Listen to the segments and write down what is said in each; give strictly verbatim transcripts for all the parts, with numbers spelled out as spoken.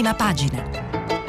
Prima pagina.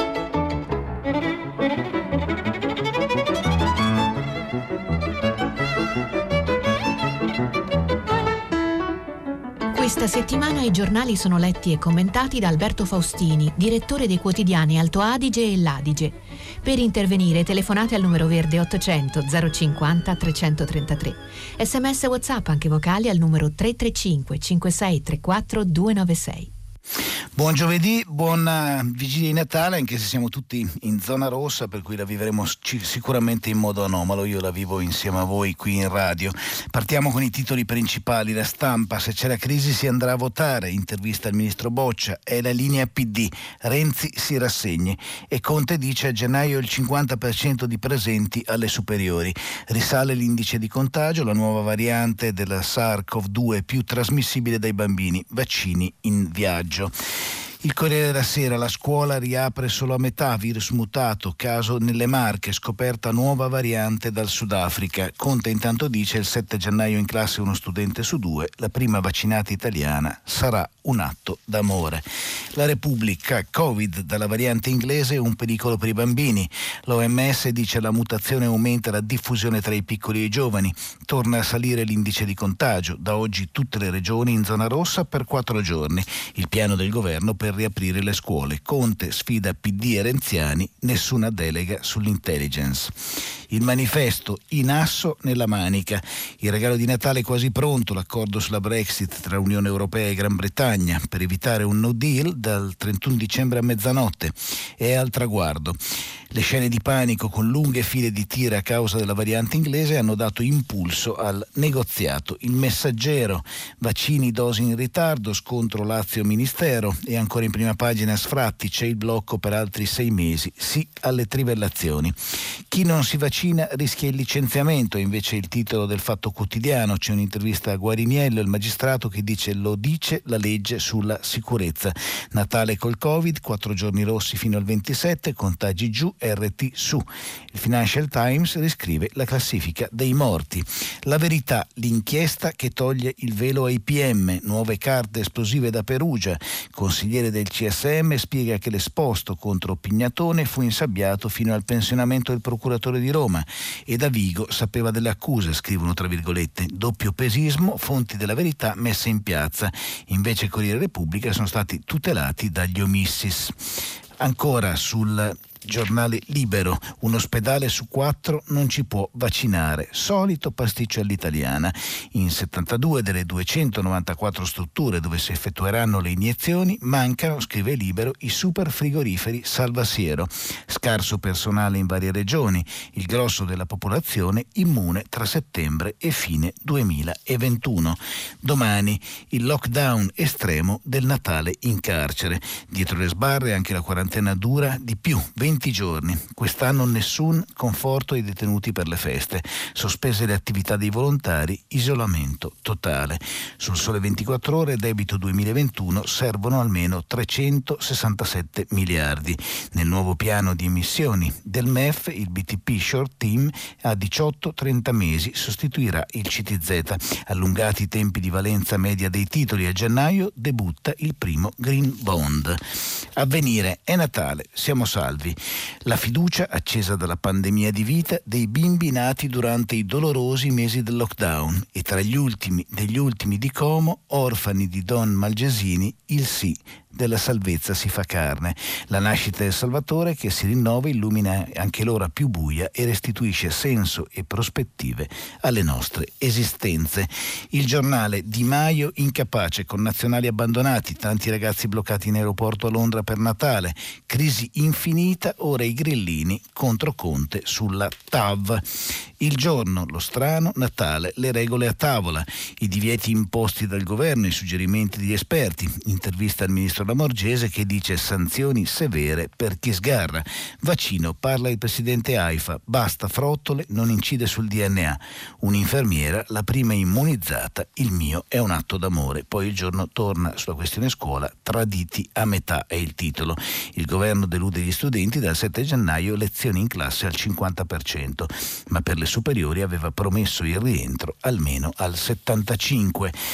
Questa settimana i giornali sono letti e commentati da Alberto Faustini, direttore dei quotidiani Alto Adige e l'Adige. Per intervenire telefonate al numero verde ottocento zero cinquanta trecentotrentatré. Sms WhatsApp anche vocali al numero tre tre cinque cinque sei tre quattro due nove sei. Buon giovedì, buona vigilia di Natale, anche se siamo tutti in zona rossa, per cui la vivremo sicuramente in modo anomalo. Io la vivo insieme a voi qui in radio. Partiamo con i titoli principali. La Stampa: se c'è la crisi si andrà a votare, intervista al ministro Boccia, è la linea P D, Renzi si rassegni, e Conte dice a gennaio il cinquanta per cento di presenti alle superiori. Risale l'indice di contagio, la nuova variante della SARS-CoV due più trasmissibile dai bambini, vaccini in viaggio. Il Corriere della Sera: la scuola riapre solo a metà, virus mutato, caso nelle Marche, scoperta nuova variante dal Sudafrica. Conte intanto dice il sette gennaio in classe uno studente su due, la prima vaccinata italiana sarà un atto d'amore. La Repubblica: Covid dalla variante inglese un pericolo per i bambini. L'O M S dice la mutazione aumenta la diffusione tra i piccoli e i giovani. Torna a salire l'indice di contagio, da oggi tutte le regioni in zona rossa per quattro giorni. Il piano del governo per riaprire le scuole. Conte sfida P D e renziani, nessuna delega sull'intelligence. Il Manifesto: in asso nella manica, il regalo di Natale quasi pronto, l'accordo sulla Brexit tra Unione Europea e Gran Bretagna per evitare un no deal dal trentuno dicembre a mezzanotte, è al traguardo. Le scene di panico con lunghe file di tir a causa della variante inglese hanno dato impulso al negoziato. Il Messaggero: vaccini, dosi in ritardo, scontro Lazio-Ministero. E ancora in prima pagina Sfratti: c'è il blocco per altri sei mesi, sì alle trivellazioni. Chi non si vaccina rischia il licenziamento, è invece il titolo del Fatto Quotidiano. C'è un'intervista a Guariniello, il magistrato, che dice lo dice la legge sulla sicurezza. Natale col Covid, quattro giorni rossi fino al ventisette, contagi giù, R T su. Il Financial Times riscrive la classifica dei morti. La Verità: l'inchiesta che toglie il velo ai P M, nuove carte esplosive da Perugia. Consigliere del C S M spiega che l'esposto contro Pignatone fu insabbiato fino al pensionamento del procuratore di Roma, e da Vigo sapeva delle accuse, scrivono tra virgolette. Doppio pesismo, fonti della Verità messe in piazza. Invece Corriere Repubblica sono stati tutelati dagli omissis. Ancora sul giornale Libero: un ospedale su quattro non ci può vaccinare, solito pasticcio all'italiana. In settantadue delle duecentonovantaquattro strutture dove si effettueranno le iniezioni mancano, scrive Libero, i super frigoriferi salvasiero. Scarso personale in varie regioni, il grosso della popolazione immune tra settembre e fine duemilaventuno. Domani il lockdown estremo del Natale in carcere. Dietro le sbarre anche la quarantena dura di più, venti giorni. Quest'anno nessun conforto ai detenuti per le feste, sospese le attività dei volontari, isolamento totale. Sul Sole ventiquattro Ore, debito duemilaventuno, servono almeno trecentosessantasette miliardi. Nel nuovo piano di emissioni del M E F, il B T P Short Team a diciotto trenta mesi sostituirà il C T Z. Allungati i tempi di valenza media dei titoli, a gennaio debutta il primo Green Bond. Avvenire: è Natale, siamo salvi. La fiducia accesa dalla pandemia di vita dei bimbi nati durante i dolorosi mesi del lockdown, e tra gli ultimi degli ultimi di Como, orfani di Don Malgesini, il sì della salvezza si fa carne. La nascita del Salvatore che si rinnova, illumina anche l'ora più buia e restituisce senso e prospettive alle nostre esistenze. Il Giornale: Di Maio incapace, con nazionali abbandonati, tanti ragazzi bloccati in aeroporto a Londra per Natale, crisi infinita, ora i grillini contro Conte sulla T A V. Il Giorno: lo strano Natale, le regole a tavola, i divieti imposti dal governo, i suggerimenti degli esperti. Intervista al ministro Lamorgese che dice sanzioni severe per chi sgarra. Vaccino: parla il presidente AIFA, basta frottole, non incide sul D N A. Un'infermiera: la prima immunizzata, il mio è un atto d'amore. Poi il Giorno torna sulla questione scuola, traditi a metà è il titolo. Il governo delude gli studenti, dal sette gennaio lezioni in classe al cinquanta per cento, ma per le superiori aveva promesso il rientro almeno al settantacinque per cento.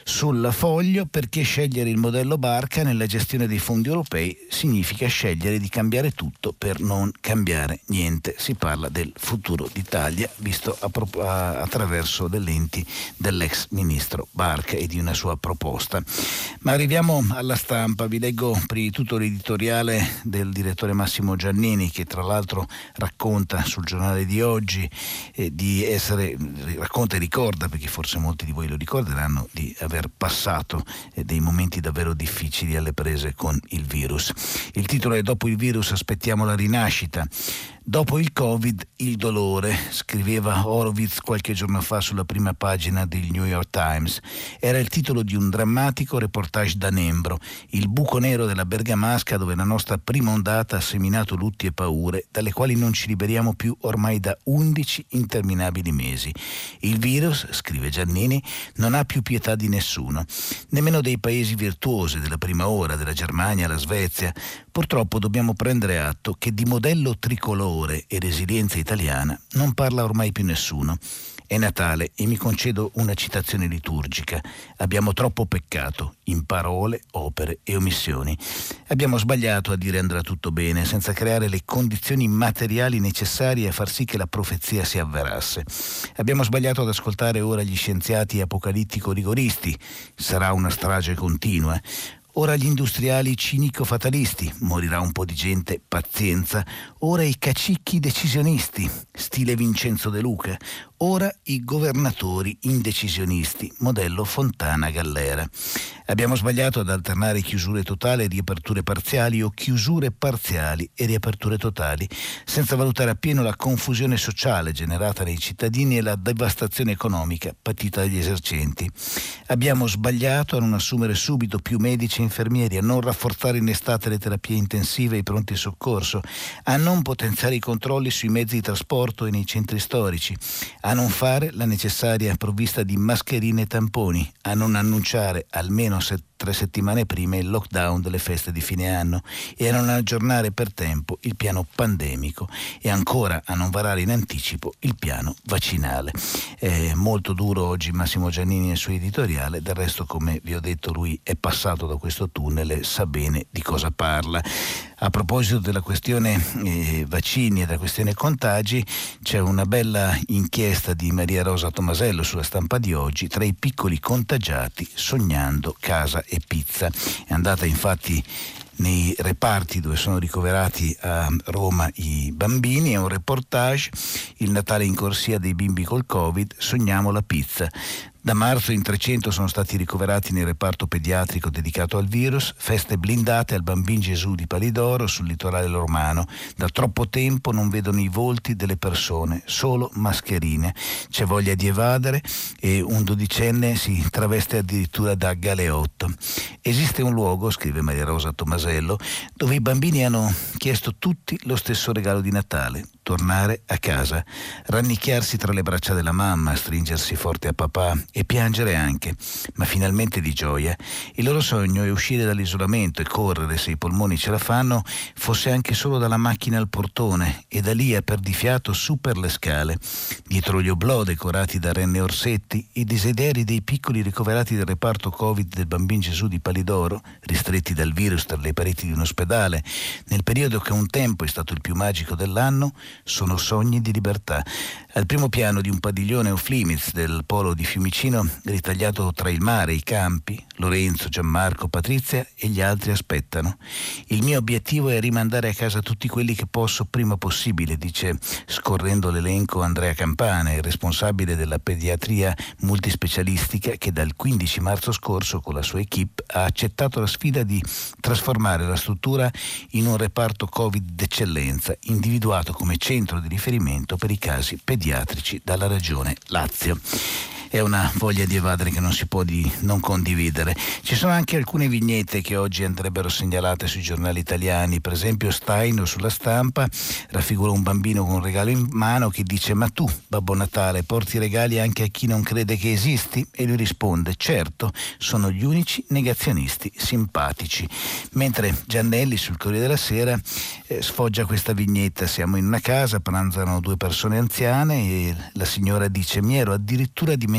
Sul Foglio, perché scegliere il modello barca nella gestione dei fondi europei significa scegliere di cambiare tutto per non cambiare niente. Si parla del futuro d'Italia visto a, a, attraverso le lenti dell'ex ministro Barca e di una sua proposta. Ma arriviamo alla Stampa. Vi leggo prima di tutto l'editoriale del direttore Massimo Giannini, che tra l'altro racconta sul giornale di oggi eh, di essere racconta e ricorda, perché forse molti di voi lo ricorderanno, di aver passato eh, dei momenti davvero difficili alle prese con il virus. Il titolo è "Dopo il virus aspettiamo la rinascita". Dopo il Covid, il dolore, scriveva Horowitz qualche giorno fa sulla prima pagina del New York Times. Era il titolo di un drammatico reportage da Nembro, il buco nero della Bergamasca, dove la nostra prima ondata ha seminato lutti e paure, dalle quali non ci liberiamo più ormai da undici interminabili mesi. Il virus, scrive Giannini, non ha più pietà di nessuno, nemmeno dei paesi virtuosi della prima ora, della Germania, la Svezia. Purtroppo dobbiamo prendere atto che di modello tricolore e resilienza italiana non parla ormai più nessuno. È Natale e mi concedo una citazione liturgica. Abbiamo troppo peccato in parole, opere e omissioni. Abbiamo sbagliato a dire andrà tutto bene senza creare le condizioni materiali necessarie a far sì che la profezia si avverasse. Abbiamo sbagliato ad ascoltare ora gli scienziati apocalittico-rigoristi. Sarà una strage continua. Ora gli industriali cinico-fatalisti, morirà un po' di gente, pazienza. Ora i cacicchi decisionisti, stile Vincenzo De Luca. Ora i governatori indecisionisti, modello Fontana Gallera. Abbiamo sbagliato ad alternare chiusure totali e riaperture parziali o chiusure parziali e riaperture totali, senza valutare appieno la confusione sociale generata nei cittadini e la devastazione economica patita dagli esercenti. Abbiamo sbagliato a non assumere subito più medici e infermieri, a non rafforzare in estate le terapie intensive e i pronti soccorso, a non potenziare i controlli sui mezzi di trasporto e nei centri storici, a non fare la necessaria provvista di mascherine e tamponi, a non annunciare almeno set- tre settimane prima il lockdown delle feste di fine anno e a non aggiornare per tempo il piano pandemico e ancora a non varare in anticipo il piano vaccinale. È molto duro oggi Massimo Giannini nel suo editoriale, del resto, come vi ho detto, lui è passato da questo tunnel e sa bene di cosa parla. A proposito della questione eh, vaccini e della questione contagi, c'è una bella inchiesta di Maria Rosa Tomasello sulla Stampa di oggi, tra i piccoli contagiati sognando casa e pizza. È andata infatti nei reparti dove sono ricoverati a Roma i bambini. È un reportage, il Natale in corsia dei bimbi col Covid, sogniamo la pizza. Da marzo in trecento sono stati ricoverati nel reparto pediatrico dedicato al virus, feste blindate al Bambin Gesù di Palidoro sul litorale romano. Da troppo tempo non vedono i volti delle persone, solo mascherine. C'è voglia di evadere e un dodicenne si traveste addirittura da galeotto. Esiste un luogo, scrive Maria Rosa Tomasello, dove i bambini hanno chiesto tutti lo stesso regalo di Natale: tornare a casa, rannicchiarsi tra le braccia della mamma, stringersi forte a papà e piangere anche, ma finalmente di gioia. Il loro sogno è uscire dall'isolamento e correre, se i polmoni ce la fanno, fosse anche solo dalla macchina al portone e da lì a perdifiato su per le scale. Dietro gli oblò decorati da renne e orsetti, i desideri dei piccoli ricoverati del reparto Covid del Bambin Gesù di Palidoro, ristretti dal virus tra le pareti di un ospedale, nel periodo che un tempo è stato il più magico dell'anno, sono sogni di libertà. Al primo piano di un padiglione o Flimitz del polo di Fiumicino, ritagliato tra il mare e i campi, Lorenzo, Gianmarco, Patrizia e gli altri aspettano. Il mio obiettivo è rimandare a casa tutti quelli che posso prima possibile, dice scorrendo l'elenco Andrea Campana, il responsabile della pediatria multispecialistica, che dal quindici marzo scorso con la sua equipe ha accettato la sfida di trasformare la struttura in un reparto Covid d'eccellenza, individuato come centro di riferimento per i casi pediatrici dalla regione Lazio. È una voglia di evadere che non si può di non condividere. Ci sono anche alcune vignette che oggi andrebbero segnalate sui giornali italiani. Per esempio Staino sulla Stampa raffigura un bambino con un regalo in mano che dice: ma tu, Babbo Natale, porti regali anche a chi non crede che esisti? E lui risponde: certo, sono gli unici negazionisti simpatici. Mentre Giannelli sul Corriere della Sera eh, sfoggia questa vignetta: siamo in una casa, pranzano due persone anziane e la signora dice: mi ero addirittura dimenticato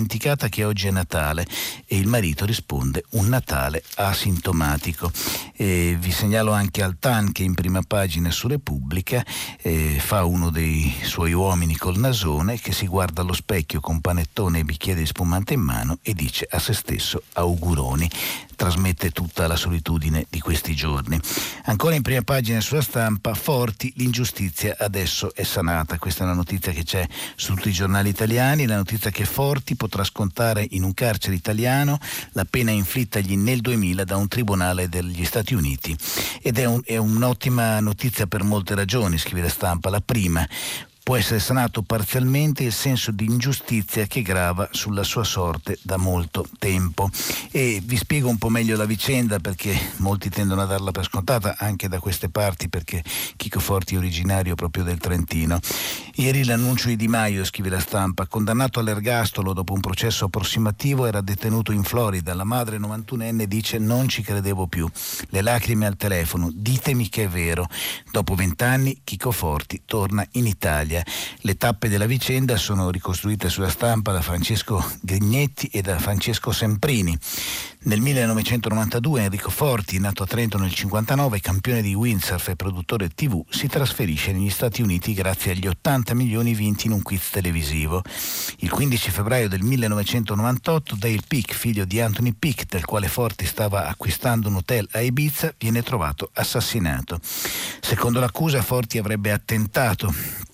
dimenticata che oggi è Natale, e il marito risponde: un Natale asintomatico. E vi segnalo anche Altan, che in prima pagina su Repubblica eh, fa uno dei suoi uomini col nasone che si guarda allo specchio con panettone e bicchiere di spumante in mano e dice a se stesso auguroni. Trasmette tutta la solitudine di questi giorni. Ancora in prima pagina sulla Stampa, Forti, l'ingiustizia adesso è sanata. Questa è una notizia che c'è su tutti i giornali italiani, la notizia che Forti potrà scontare in un carcere italiano la pena inflittagli nel duemila da un tribunale degli Stati Uniti. Ed è, un, è un'ottima notizia per molte ragioni, scrive la Stampa. La prima: può essere sanato parzialmente il senso di ingiustizia che grava sulla sua sorte da molto tempo. E vi spiego un po' meglio la vicenda, perché molti tendono a darla per scontata anche da queste parti, perché Chico Forti è originario proprio del Trentino. Ieri l'annuncio di Di Maio, scrive la Stampa, condannato all'ergastolo dopo un processo approssimativo, era detenuto in Florida. La madre novantunenne dice: non ci credevo più, le lacrime al telefono, ditemi che è vero. Dopo vent'anni Chico Forti torna in Italia. Le tappe della vicenda sono ricostruite sulla Stampa da Francesco Grignetti e da Francesco Semprini. Nel millenovecentonovantadue Enrico Forti, nato a Trento nel cinquantanove, campione di windsurf e produttore tivù, si trasferisce negli Stati Uniti grazie agli ottanta milioni vinti in un quiz televisivo. Il quindici febbraio del millenovecentonovantotto Dale Peak, figlio di Anthony Peak, del quale Forti stava acquistando un hotel a Ibiza, viene trovato assassinato. Secondo l'accusa, Forti avrebbe attentato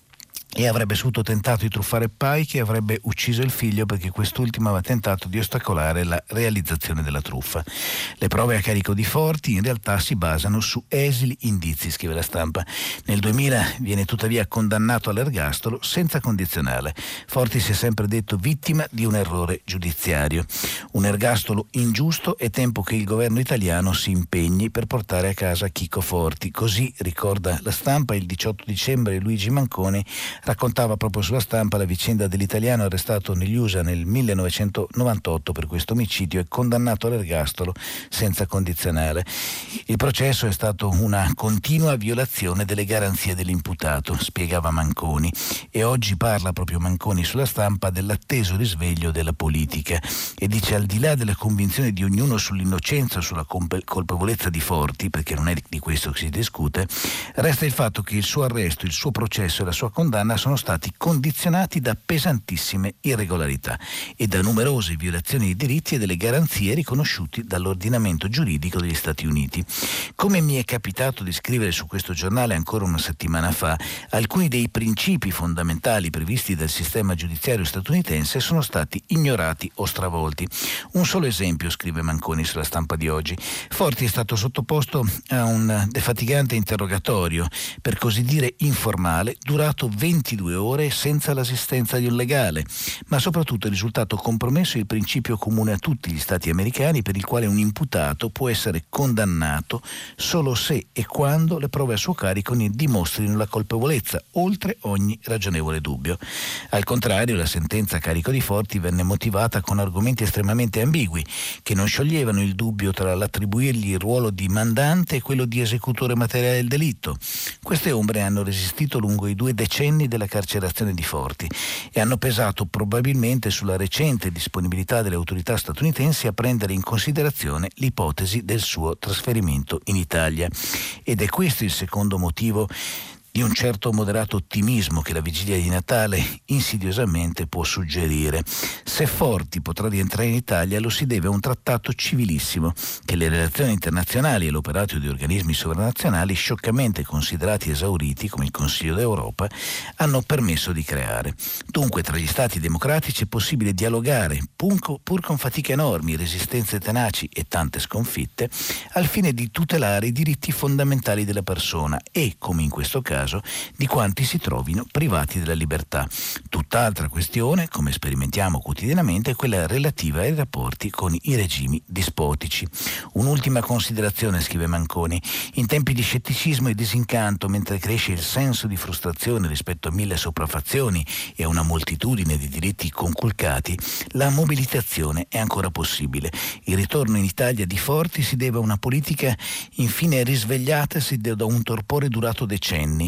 e avrebbe subito tentato di truffare Pike e avrebbe ucciso il figlio perché quest'ultimo aveva tentato di ostacolare la realizzazione della truffa. Le prove a carico di Forti in realtà si basano su esili indizi, scrive la Stampa. Nel duemila viene tuttavia condannato all'ergastolo senza condizionale. Forti si è sempre detto vittima di un errore giudiziario. Un ergastolo ingiusto, è tempo che il governo italiano si impegni per portare a casa Chico Forti. Così ricorda la Stampa. Il diciotto dicembre Luigi Manconi raccontava proprio sulla Stampa la vicenda dell'italiano arrestato negli U S A nel millenovecentonovantotto per questo omicidio e condannato all'ergastolo senza condizionale. Il processo è stato una continua violazione delle garanzie dell'imputato, spiegava Manconi, e oggi parla proprio Manconi sulla Stampa dell'atteso risveglio della politica e dice: al di là delle convinzioni di ognuno sull'innocenza o sulla colpevolezza di Forti, perché non è di questo che si discute, resta il fatto che il suo arresto, il suo processo e la sua condanna sono stati condizionati da pesantissime irregolarità e da numerose violazioni dei diritti e delle garanzie riconosciuti dall'ordinamento giuridico degli Stati Uniti. Come mi è capitato di scrivere su questo giornale ancora una settimana fa, alcuni dei principi fondamentali previsti dal sistema giudiziario statunitense sono stati ignorati o stravolti. Un solo esempio, scrive Manconi sulla Stampa di oggi. Forti è stato sottoposto a un defatigante interrogatorio, per così dire informale, durato ventidue ore senza l'assistenza di un legale, ma soprattutto è risultato compromesso il principio comune a tutti gli stati americani per il quale un imputato può essere condannato solo se e quando le prove a suo carico ne dimostrino la colpevolezza, oltre ogni ragionevole dubbio. Al contrario, la sentenza a carico di Forti venne motivata con argomenti estremamente ambigui, che non scioglievano il dubbio tra l'attribuirgli il ruolo di mandante e quello di esecutore materiale del delitto. Queste ombre hanno resistito lungo i due decenni della carcerazione di Forti e hanno pesato probabilmente sulla recente disponibilità delle autorità statunitensi a prendere in considerazione l'ipotesi del suo trasferimento in Italia. Ed è questo il secondo motivo di un certo moderato ottimismo che la vigilia di Natale insidiosamente può suggerire. Se Forti potrà rientrare in Italia, lo si deve a un trattato civilissimo che le relazioni internazionali e l'operato di organismi sovranazionali scioccamente considerati esauriti, come il Consiglio d'Europa, hanno permesso di creare. Dunque tra gli stati democratici è possibile dialogare, pur con fatiche enormi, resistenze tenaci e tante sconfitte, al fine di tutelare i diritti fondamentali della persona e, come in questo caso, di quanti si trovino privati della libertà. Tutt'altra questione, come sperimentiamo quotidianamente, è quella relativa ai rapporti con i regimi dispotici. Un'ultima considerazione, scrive Manconi: in tempi di scetticismo e disincanto, mentre cresce il senso di frustrazione rispetto a mille sopraffazioni e a una moltitudine di diritti conculcati, la mobilitazione è ancora possibile. Il ritorno in Italia di Forti si deve a una politica infine risvegliatasi da un torpore durato decenni,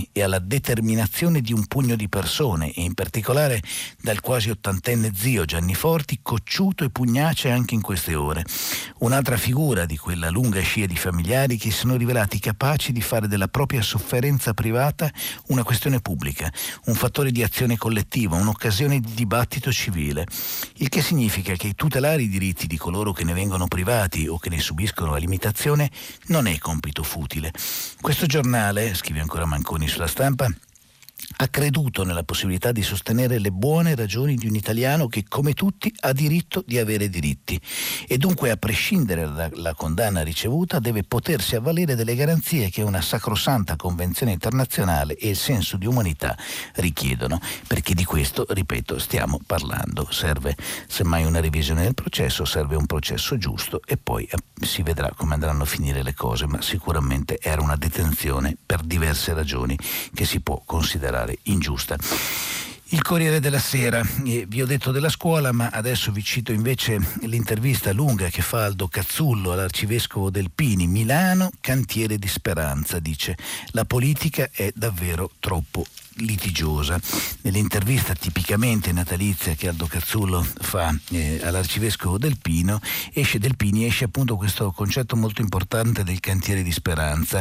uomini e alla determinazione di un pugno di persone, e in particolare dal quasi ottantenne zio Gianni Forti, cocciuto e pugnace anche in queste ore. Un'altra figura di quella lunga scia di familiari che si sono rivelati capaci di fare della propria sofferenza privata una questione pubblica, un fattore di azione collettiva, un'occasione di dibattito civile, il che significa che tutelare i diritti di coloro che ne vengono privati o che ne subiscono la limitazione non è compito futile. Questo giornale, scrive ancora Manconi sulla Stampa, ha creduto nella possibilità di sostenere le buone ragioni di un italiano che, come tutti, ha diritto di avere diritti e dunque, a prescindere dalla condanna ricevuta, deve potersi avvalere delle garanzie che una sacrosanta convenzione internazionale e il senso di umanità richiedono, perché di questo, ripeto, stiamo parlando. Serve semmai una revisione del processo, serve un processo giusto e poi si vedrà come andranno a finire le cose, ma sicuramente era una detenzione per diverse ragioni che si può considerare ingiusta. Il Corriere della Sera, eh, vi ho detto della scuola, ma adesso vi cito invece l'intervista lunga che fa Aldo Cazzullo all'arcivescovo Delpini. Milano, cantiere di speranza, dice. La politica è davvero troppo litigiosa. Nell'intervista tipicamente natalizia che Aldo Cazzullo fa eh, all'arcivescovo Delpino, esce Delpini, esce appunto questo concetto molto importante del cantiere di speranza,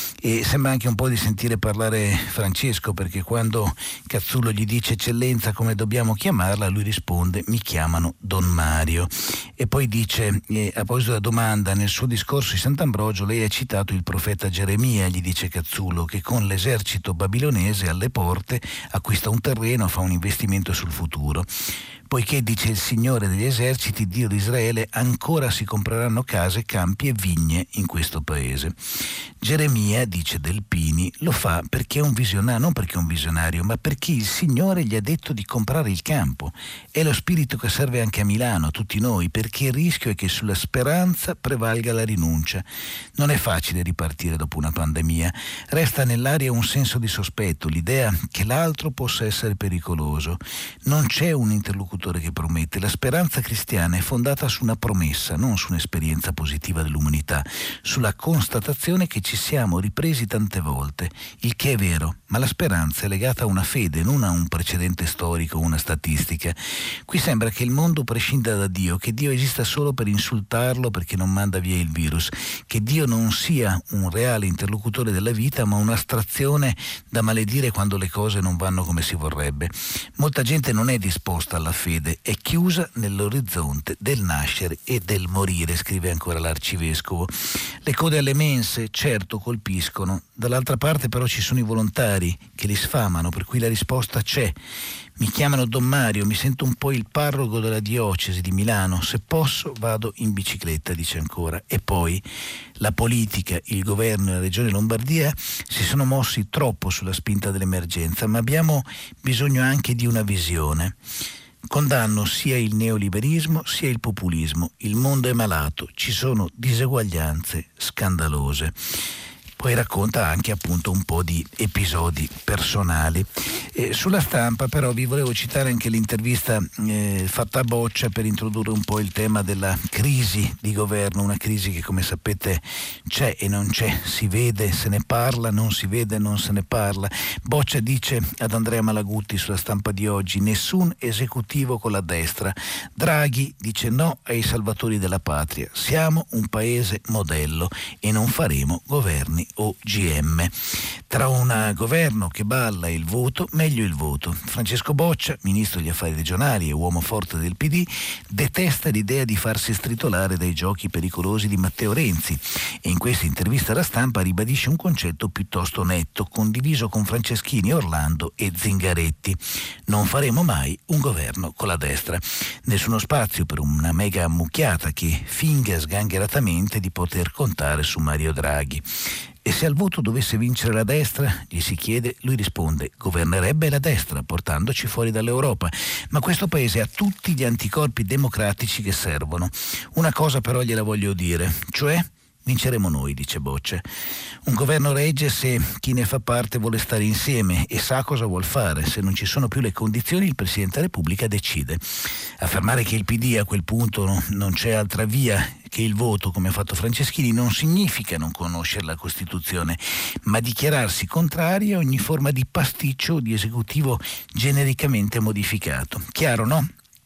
e sembra anche un po' di sentire parlare Francesco, perché quando Cazzullo gli dice eccellenza come dobbiamo chiamarla, lui risponde mi chiamano Don Mario, e poi dice eh, a proposito della domanda, nel suo discorso di Sant'Ambrogio lei ha citato il profeta Geremia, gli dice Cazzullo, che con l'esercito babilonese alle porte acquista un terreno, fa un investimento sul futuro. Poiché, dice il Signore degli eserciti, Dio di Israele, ancora si compreranno case, campi e vigne in questo paese. Geremia, dice Delpini, lo fa perché è un visionario, non perché è un visionario, ma perché il Signore gli ha detto di comprare il campo. È lo spirito che serve anche a Milano, a tutti noi, perché il rischio è che sulla speranza prevalga la rinuncia. Non è facile ripartire dopo una pandemia. Resta nell'aria un senso di sospetto, l'idea che l'altro possa essere pericoloso. Non c'è un interlocutore che promette. La speranza cristiana è fondata su una promessa, non su un'esperienza positiva dell'umanità, sulla constatazione che ci siamo ripresi tante volte, il che è vero, ma la speranza è legata a una fede, non a un precedente storico o una statistica. Qui sembra che il mondo prescinda da Dio, che Dio esista solo per insultarlo perché non manda via il virus, che Dio non sia un reale interlocutore della vita, ma un'astrazione da maledire quando le cose non vanno come si vorrebbe. Molta gente non è disposta alla fede, è chiusa nell'orizzonte del nascere e del morire, scrive ancora l'arcivescovo. Le code alle mense certo colpiscono, dall'altra parte però ci sono i volontari che li sfamano, per cui la risposta c'è. Mi chiamano Don Mario, mi sento un po' il parroco della diocesi di Milano, se posso vado in bicicletta, dice ancora. E poi la politica, il governo e la regione Lombardia si sono mossi troppo sulla spinta dell'emergenza, ma abbiamo bisogno anche di una visione. Condanno sia il neoliberismo sia il populismo. Il mondo è malato, ci sono diseguaglianze scandalose. Poi racconta anche appunto un po' di episodi personali. Eh, sulla Stampa però vi volevo citare anche l'intervista eh, fatta a Boccia per introdurre un po' il tema della crisi di governo, una crisi che come sapete c'è e non c'è, si vede, se ne parla, non si vede, non se ne parla. Boccia dice ad Andrea Malagutti sulla Stampa di oggi: nessun esecutivo con la destra. Draghi dice no ai salvatori della patria, siamo un paese modello e non faremo governi o G M. Tra un governo che balla e il voto, meglio il voto. Francesco Boccia, ministro degli affari regionali e uomo forte del P D, detesta l'idea di farsi stritolare dai giochi pericolosi di Matteo Renzi e in questa intervista alla Stampa ribadisce un concetto piuttosto netto, condiviso con Franceschini, Orlando e Zingaretti: non faremo mai un governo con la destra. Nessuno spazio per una mega ammucchiata che finga sgangheratamente di poter contare su Mario Draghi. E se al voto dovesse vincere la destra, gli si chiede, lui risponde: governerebbe la destra, portandoci fuori dall'Europa. Ma questo paese ha tutti gli anticorpi democratici che servono. Una cosa però gliela voglio dire, cioè Vinceremo noi, dice Boccia. Un governo regge se chi ne fa parte vuole stare insieme e sa cosa vuol fare. Se non ci sono più le condizioni, il Presidente della Repubblica decide. Affermare che il P D a quel punto non c'è altra via che il voto, come ha fatto Franceschini, non significa non conoscere la Costituzione, ma dichiararsi contrari a ogni forma di pasticcio o di esecutivo genericamente modificato. Chiaro, no?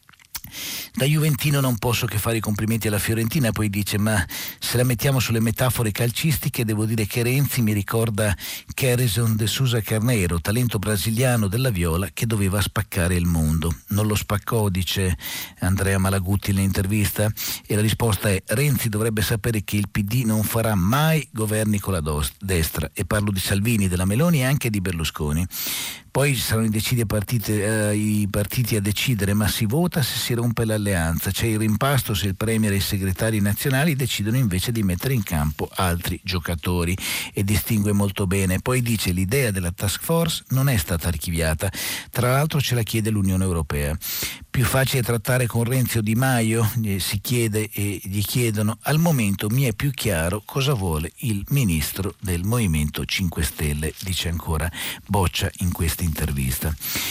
Da juventino non posso che fare i complimenti alla Fiorentina, poi dice: ma se la mettiamo sulle metafore calcistiche, devo dire che Renzi mi ricorda Kerrison de Sousa Carneiro, talento brasiliano della viola che doveva spaccare il mondo. Non lo spaccò, dice Andrea Malagutti nell'intervista, e la risposta è: Renzi dovrebbe sapere che il P D non farà mai governi con la destra, e parlo di Salvini, della Meloni e anche di Berlusconi. Poi saranno indecisi partite, eh, i partiti a decidere, ma si vota se si rompe l'alleanza. C'è il rimpasto se il Premier e i segretari nazionali decidono invece di mettere in campo altri giocatori, e distingue molto bene. Poi dice: l'idea della task force non è stata archiviata, tra l'altro ce la chiede l'Unione Europea. Più facile trattare con Renzi o Di Maio? Si chiede e gli chiedono. Al momento mi è più chiaro cosa vuole il ministro del Movimento cinque Stelle, dice ancora Boccia in questa intervista.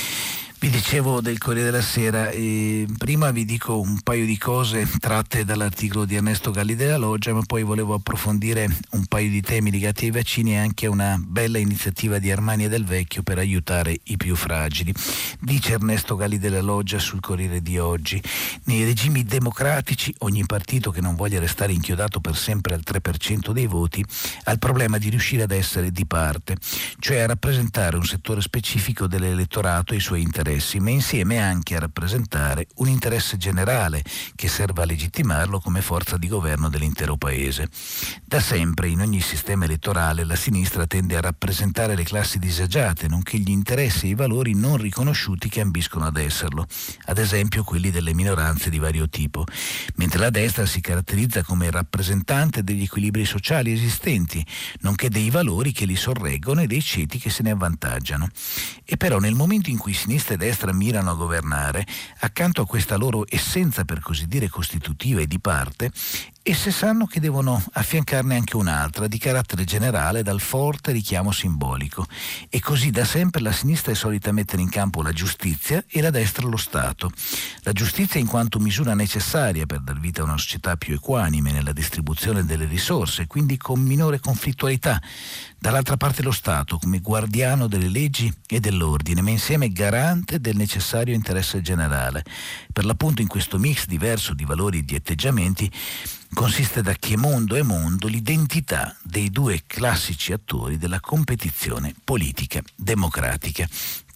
Vi dicevo del Corriere della Sera, e prima vi dico un paio di cose tratte dall'articolo di Ernesto Galli della Loggia, ma poi volevo approfondire un paio di temi legati ai vaccini e anche a una bella iniziativa di Armani e Del Vecchio per aiutare i più fragili. Dice Ernesto Galli della Loggia sul Corriere di oggi: nei regimi democratici ogni partito che non voglia restare inchiodato per sempre al tre per cento dei voti ha il problema di riuscire ad essere di parte, cioè a rappresentare un settore specifico dell'elettorato e i suoi interessi, ma insieme anche a rappresentare un interesse generale che serva a legittimarlo come forza di governo dell'intero paese. Da sempre in ogni sistema elettorale la sinistra tende a rappresentare le classi disagiate, nonché gli interessi e i valori non riconosciuti che ambiscono ad esserlo, ad esempio quelli delle minoranze di vario tipo, mentre la destra si caratterizza come rappresentante degli equilibri sociali esistenti, nonché dei valori che li sorreggono e dei ceti che se ne avvantaggiano. E però nel momento in cui sinistra e destra mirano a governare, accanto a questa loro essenza per così dire costitutiva e di parte, esse sanno che devono affiancarne anche un'altra di carattere generale dal forte richiamo simbolico, e così da sempre la sinistra è solita mettere in campo la giustizia e la destra lo Stato. La giustizia in quanto misura necessaria per dar vita a una società più equanime nella distribuzione delle risorse, quindi con minore conflittualità. Dall'altra parte lo Stato come guardiano delle leggi e dell'ordine, ma insieme garante del necessario interesse generale. Per l'appunto in questo mix diverso di valori e di atteggiamenti consiste da che mondo è mondo l'identità dei due classici attori della competizione politica democratica.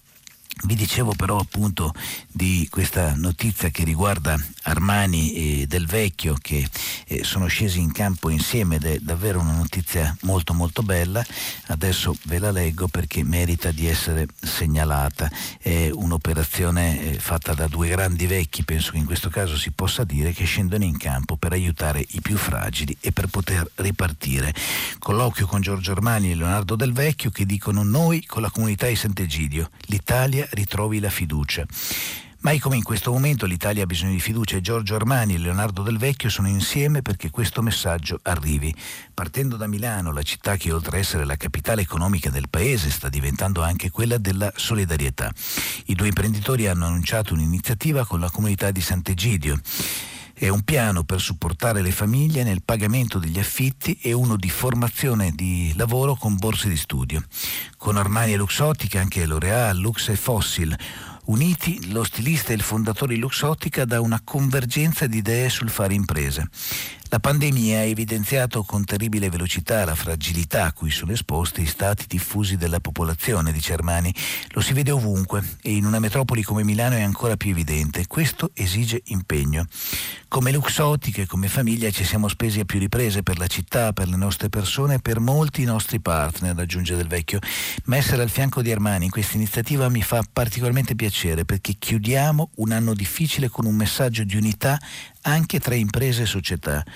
Vi dicevo però appunto di questa notizia che riguarda Armani e Del Vecchio, che eh, sono scesi in campo insieme, ed è davvero una notizia molto molto bella. Adesso ve la leggo perché merita di essere segnalata. È un'operazione eh, fatta da due grandi vecchi, penso che in questo caso si possa dire, che scendono in campo per aiutare i più fragili e per poter ripartire. Colloquio con Giorgio Armani e Leonardo Del Vecchio, che dicono: noi con la comunità di Sant'Egidio, l'Italia ritrovi la fiducia. Mai come in questo momento l'Italia ha bisogno di fiducia, e Giorgio Armani e Leonardo Del Vecchio sono insieme perché questo messaggio arrivi. Partendo da Milano, la città che oltre a essere la capitale economica del paese sta diventando anche quella della solidarietà. I due imprenditori hanno annunciato un'iniziativa con la comunità di Sant'Egidio. È un piano per supportare le famiglie nel pagamento degli affitti e uno di formazione di lavoro con borse di studio. Con Armani e Luxottica anche L'Oréal, Lux e Fossil. Uniti, lo stilista e il fondatore di Luxottica da una convergenza di idee sul fare imprese. La pandemia ha evidenziato con terribile velocità la fragilità a cui sono esposti i stati diffusi della popolazione, dice Armani. Lo si vede ovunque e in una metropoli come Milano è ancora più evidente. Questo esige impegno. Come Luxottica e come famiglia ci siamo spesi a più riprese per la città, per le nostre persone e per molti nostri partner, aggiunge Del Vecchio. Ma essere al fianco di Armani in questa iniziativa mi fa particolarmente piacere, perché chiudiamo un anno difficile con un messaggio di unità anche tra imprese e società.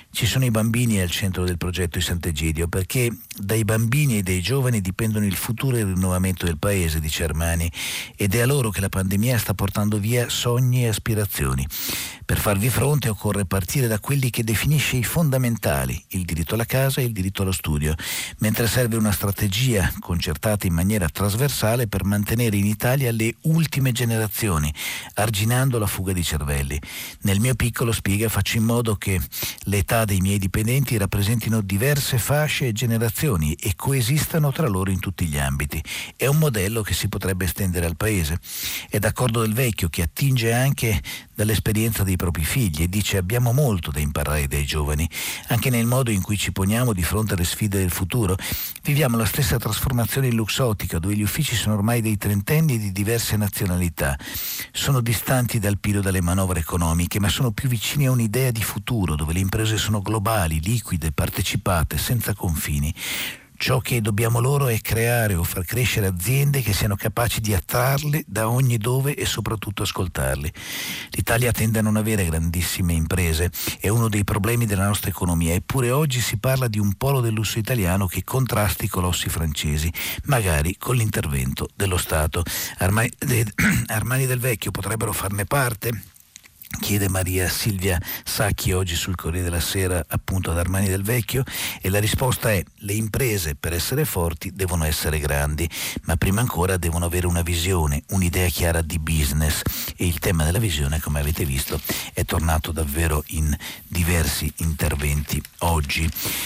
Ci sono i bambini al centro del progetto di Sant'Egidio, perché dai bambini e dai giovani dipendono il futuro e il rinnovamento del paese, dice Armani, ed è a loro che la pandemia sta portando via sogni e aspirazioni. Per farvi fronte occorre partire da quelli che definisce i fondamentali, il diritto alla casa e il diritto allo studio, mentre serve una strategia concertata in maniera trasversale per mantenere in Italia le ultime generazioni, arginando la fuga di cervelli. Nel mio piccolo, spiega, faccio in modo che l'età dei miei dipendenti rappresentino diverse fasce e generazioni e coesistano tra loro in tutti gli ambiti. È un modello che si potrebbe estendere al paese. È d'accordo Del Vecchio, che attinge anche dall'esperienza dei propri figli e dice: abbiamo molto da imparare dai giovani, anche nel modo in cui ci poniamo di fronte alle sfide del futuro. Viviamo la stessa trasformazione in Luxottica, dove gli uffici sono ormai dei trentenni di diverse nazionalità. Sono distanti dal pilo delle manovre economiche, ma sono più vicini a un'idea di futuro, dove le imprese sono globali, liquide, partecipate, senza confini. Ciò che dobbiamo loro è creare o far crescere aziende che siano capaci di attrarle da ogni dove e soprattutto ascoltarli. L'Italia tende a non avere grandissime imprese, è uno dei problemi della nostra economia, eppure oggi si parla di un polo del lusso italiano che contrasti i colossi francesi, magari con l'intervento dello Stato. Armani, Armani Del Vecchio potrebbero farne parte? Chiede Maria Silvia Sacchi oggi sul Corriere della Sera, appunto ad Armani Del Vecchio, e la risposta è: le imprese per essere forti devono essere grandi, ma prima ancora devono avere una visione, un'idea chiara di business, e il tema della visione, come avete visto, è tornato davvero in diversi interventi oggi.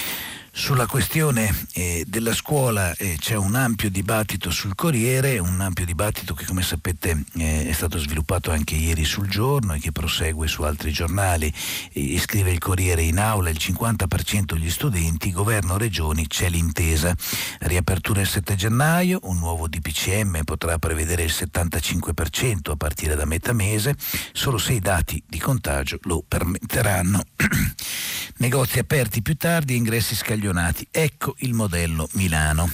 Sulla questione eh, della scuola eh, c'è un ampio dibattito sul Corriere, un ampio dibattito che, come sapete, eh, è stato sviluppato anche ieri sul Giorno e che prosegue su altri giornali. E scrive il Corriere: in aula il cinquanta per cento degli studenti, governo regioni, c'è l'intesa. Riapertura il sette gennaio, un nuovo D P C M potrà prevedere il settantacinque per cento a partire da metà mese, solo se i dati di contagio lo permetteranno. Negozi aperti più tardi, ingressi scaglionati. Ecco il modello Milano.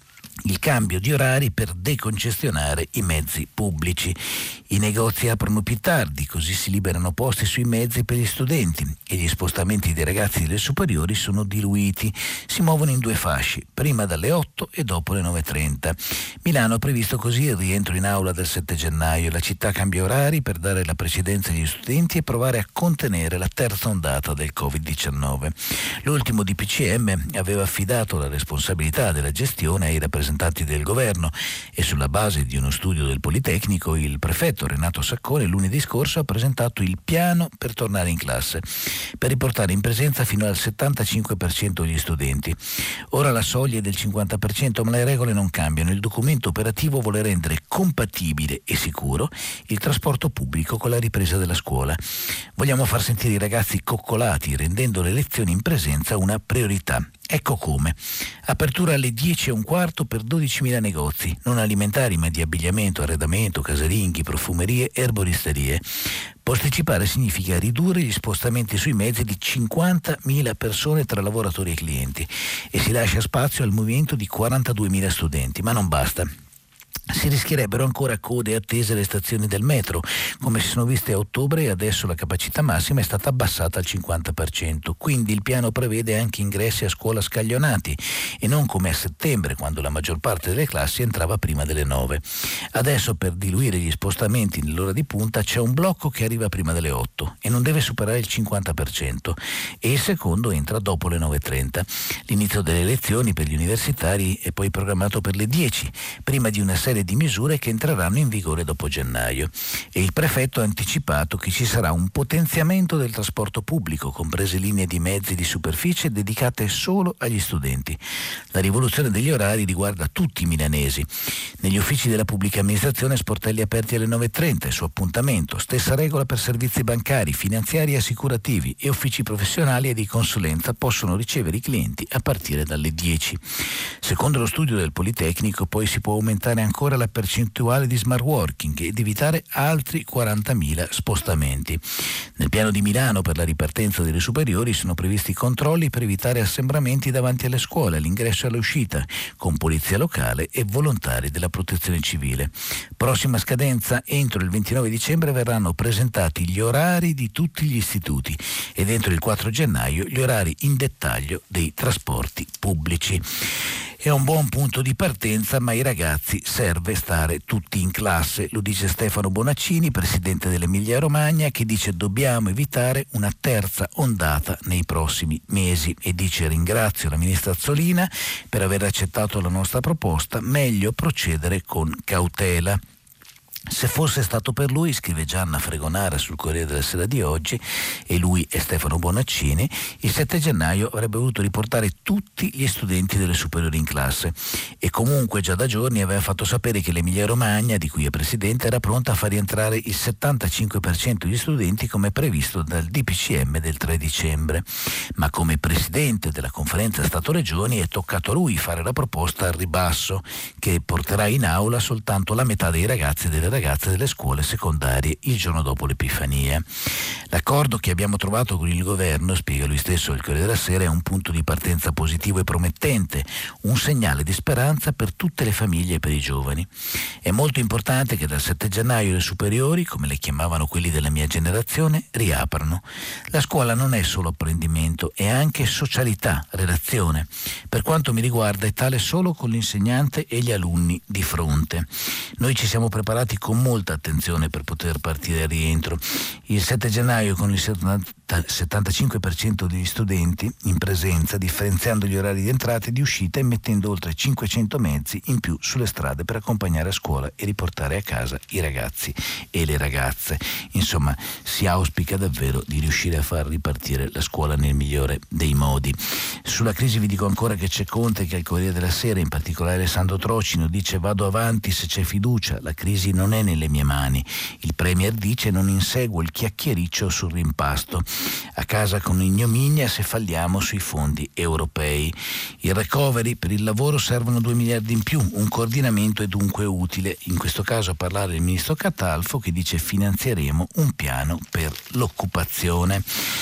Il cambio di orari per decongestionare i mezzi pubblici. I negozi aprono più tardi, così si liberano posti sui mezzi per gli studenti, e gli spostamenti dei ragazzi delle superiori sono diluiti. Si muovono in due fasce, prima dalle otto e dopo le nove e trenta. Milano ha previsto così il rientro in aula del sette gennaio. La città cambia orari per dare la precedenza agli studenti e provare a contenere la terza ondata del covid diciannove. L'ultimo D P C M aveva affidato la responsabilità della gestione ai rappresentanti del governo, e sulla base di uno studio del Politecnico il prefetto Renato Saccone lunedì scorso ha presentato il piano per tornare in classe, per riportare in presenza fino al settantacinque per cento degli studenti. Ora la soglia è del cinquanta per cento, ma le regole non cambiano. Il documento operativo vuole rendere compatibile e sicuro il trasporto pubblico con la ripresa della scuola. Vogliamo far sentire i ragazzi coccolati, rendendo le lezioni in presenza una priorità. Ecco come: apertura alle dieci e un quarto per dodicimila negozi, non alimentari ma di abbigliamento, arredamento, casalinghi, profumerie, erboristerie. Posticipare significa ridurre gli spostamenti sui mezzi di cinquantamila persone tra lavoratori e clienti, e si lascia spazio al movimento di quarantaduemila studenti, ma non basta. Si rischierebbero ancora code e attese alle stazioni del metro, come si sono viste a ottobre, e adesso la capacità massima è stata abbassata al cinquanta per cento. Quindi il piano prevede anche ingressi a scuola scaglionati, e non come a settembre, quando la maggior parte delle classi entrava prima delle nove. Adesso, per diluire gli spostamenti nell'ora di punta, c'è un blocco che arriva prima delle otto e non deve superare il cinquanta per cento, e il secondo entra dopo le nove e trenta. L'inizio delle lezioni per gli universitari è poi programmato per le dieci, prima di una serie di misure che entreranno in vigore dopo gennaio, e il prefetto ha anticipato che ci sarà un potenziamento del trasporto pubblico, comprese linee di mezzi di superficie dedicate solo agli studenti. La rivoluzione degli orari riguarda tutti i milanesi. Negli uffici della pubblica amministrazione, sportelli aperti alle nove e trenta e su appuntamento, stessa regola per servizi bancari, finanziari e assicurativi, e uffici professionali e di consulenza possono ricevere i clienti a partire dalle dieci. Secondo lo studio del Politecnico poi si può aumentare ancora ancora la percentuale di smart working ed evitare altri quarantamila spostamenti. Nel piano di Milano per la ripartenza delle superiori sono previsti controlli per evitare assembramenti davanti alle scuole, all'ingresso e all'uscita, con polizia locale e volontari della protezione civile. Prossima scadenza: entro il ventinove dicembre verranno presentati gli orari di tutti gli istituti ed entro il quattro gennaio gli orari in dettaglio dei trasporti pubblici. È un buon punto di partenza, ma ai ragazzi serve stare tutti in classe, lo dice Stefano Bonaccini, presidente dell'Emilia Romagna, che dice dobbiamo evitare una terza ondata nei prossimi mesi e dice ringrazio la ministra Azzolina per aver accettato la nostra proposta, meglio procedere con cautela. Se fosse stato per lui, scrive Gianna Fregonara sul Corriere della Sera di oggi, e lui è Stefano Bonaccini, il sette gennaio avrebbe voluto riportare tutti gli studenti delle superiori in classe e comunque già da giorni aveva fatto sapere che l'Emilia Romagna, di cui è presidente, era pronta a far rientrare il settantacinque per cento degli studenti come previsto dal D P C M del tre dicembre. Ma come presidente della conferenza Stato-Regioni è toccato a lui fare la proposta al ribasso, che porterà in aula soltanto la metà dei ragazzi delle ragazze delle scuole secondarie il giorno dopo l'Epifania. L'accordo che abbiamo trovato con il governo, spiega lui stesso al Corriere della Sera, è un punto di partenza positivo e promettente, un segnale di speranza per tutte le famiglie e per i giovani. È molto importante che dal sette gennaio le superiori, come le chiamavano quelli della mia generazione, riaprano. La scuola non è solo apprendimento, è anche socialità, relazione. Per quanto mi riguarda è tale solo con l'insegnante e gli alunni di fronte. Noi ci siamo preparati con molta attenzione per poter partire al rientro. Il sette gennaio con il settantacinque per cento degli studenti in presenza, differenziando gli orari di entrata e di uscita e mettendo oltre cinquecento mezzi in più sulle strade per accompagnare a scuola e riportare a casa i ragazzi e le ragazze. Insomma, si auspica davvero di riuscire a far ripartire la scuola nel migliore dei modi. Sulla crisi vi dico ancora che c'è Conte, che al Corriere della Sera, in particolare Alessandro Trocino, dice vado avanti se c'è fiducia, la crisi non è nelle mie mani. Il Premier dice non inseguo il chiacchiericcio sul rimpasto. A casa con ignominia se falliamo sui fondi europei. Il recovery per il lavoro servono due miliardi in più, un coordinamento è dunque utile. In questo caso a parlare il ministro Catalfo, che dice finanzieremo un piano per l'occupazione.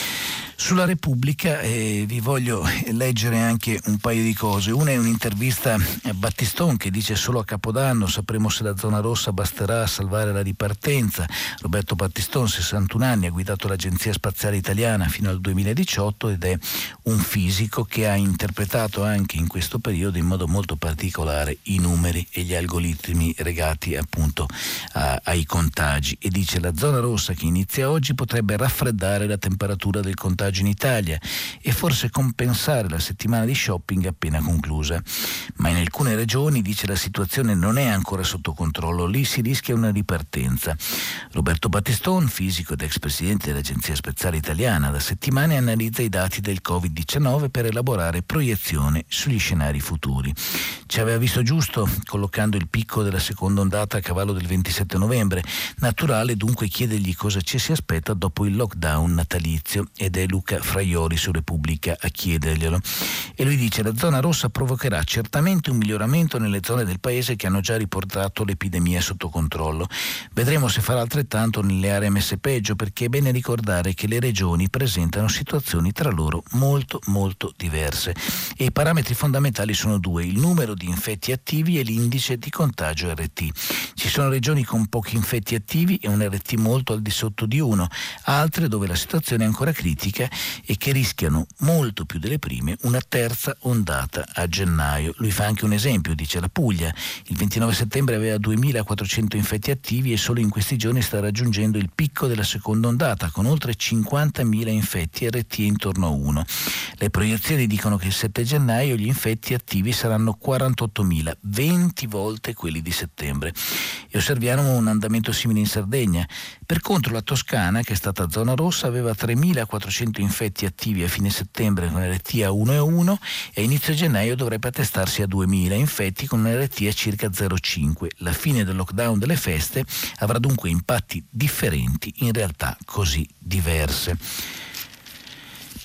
Sulla Repubblica eh, vi voglio leggere anche un paio di cose. Una è un'intervista a Battiston che dice solo a Capodanno sapremo se la zona rossa basterà a salvare la ripartenza. Roberto Battiston, sessantuno anni, ha guidato l'Agenzia Spaziale Italiana fino al duemiladiciotto ed è un fisico che ha interpretato anche in questo periodo in modo molto particolare i numeri e gli algoritmi legati appunto a, ai contagi, e dice la zona rossa che inizia oggi potrebbe raffreddare la temperatura del contagio in Italia e forse compensare la settimana di shopping appena conclusa. Ma in alcune regioni, dice, la situazione non è ancora sotto controllo, lì si rischia una ripartenza. Roberto Battiston, fisico ed ex presidente dell'Agenzia Spaziale Italiana, da settimane analizza i dati del covid diciannove per elaborare proiezione sugli scenari futuri. Ci aveva visto giusto collocando il picco della seconda ondata a cavallo del ventisette novembre. Naturale dunque chiedergli cosa ci si aspetta dopo il lockdown natalizio, ed è Luca Fraioli su Repubblica a chiederglielo. E lui dice la zona rossa provocherà certamente un miglioramento nelle zone del paese che hanno già riportato l'epidemia sotto controllo. Vedremo se farà altrettanto nelle aree messe peggio, perché è bene ricordare che le regioni presentano situazioni tra loro molto molto diverse e i parametri fondamentali sono due: il numero di infetti attivi e l'indice di contagio R T. Ci sono regioni con pochi infetti attivi e un R T molto al di sotto di uno, altre dove la situazione è ancora critica e che rischiano molto più delle prime una terza ondata a gennaio. Lui fa anche un esempio, dice la Puglia il ventinove settembre aveva duemilaquattrocento infetti attivi e solo in questi giorni sta raggiungendo il picco della seconda ondata con oltre cinquantamila infetti R T intorno a uno. Le proiezioni dicono che il sette gennaio gli infetti attivi saranno quarantottomila, venti volte quelli di settembre, e osserviamo un andamento simile in Sardegna. Per contro la Toscana, che è stata zona rossa, aveva tremilaquattrocento infetti attivi a fine settembre con R T a uno virgola uno e a inizio gennaio dovrebbe attestarsi a duemila infetti con un R T a circa zero virgola cinque. La fine del lockdown delle feste avrà dunque impatti differenti in realtà così diverse.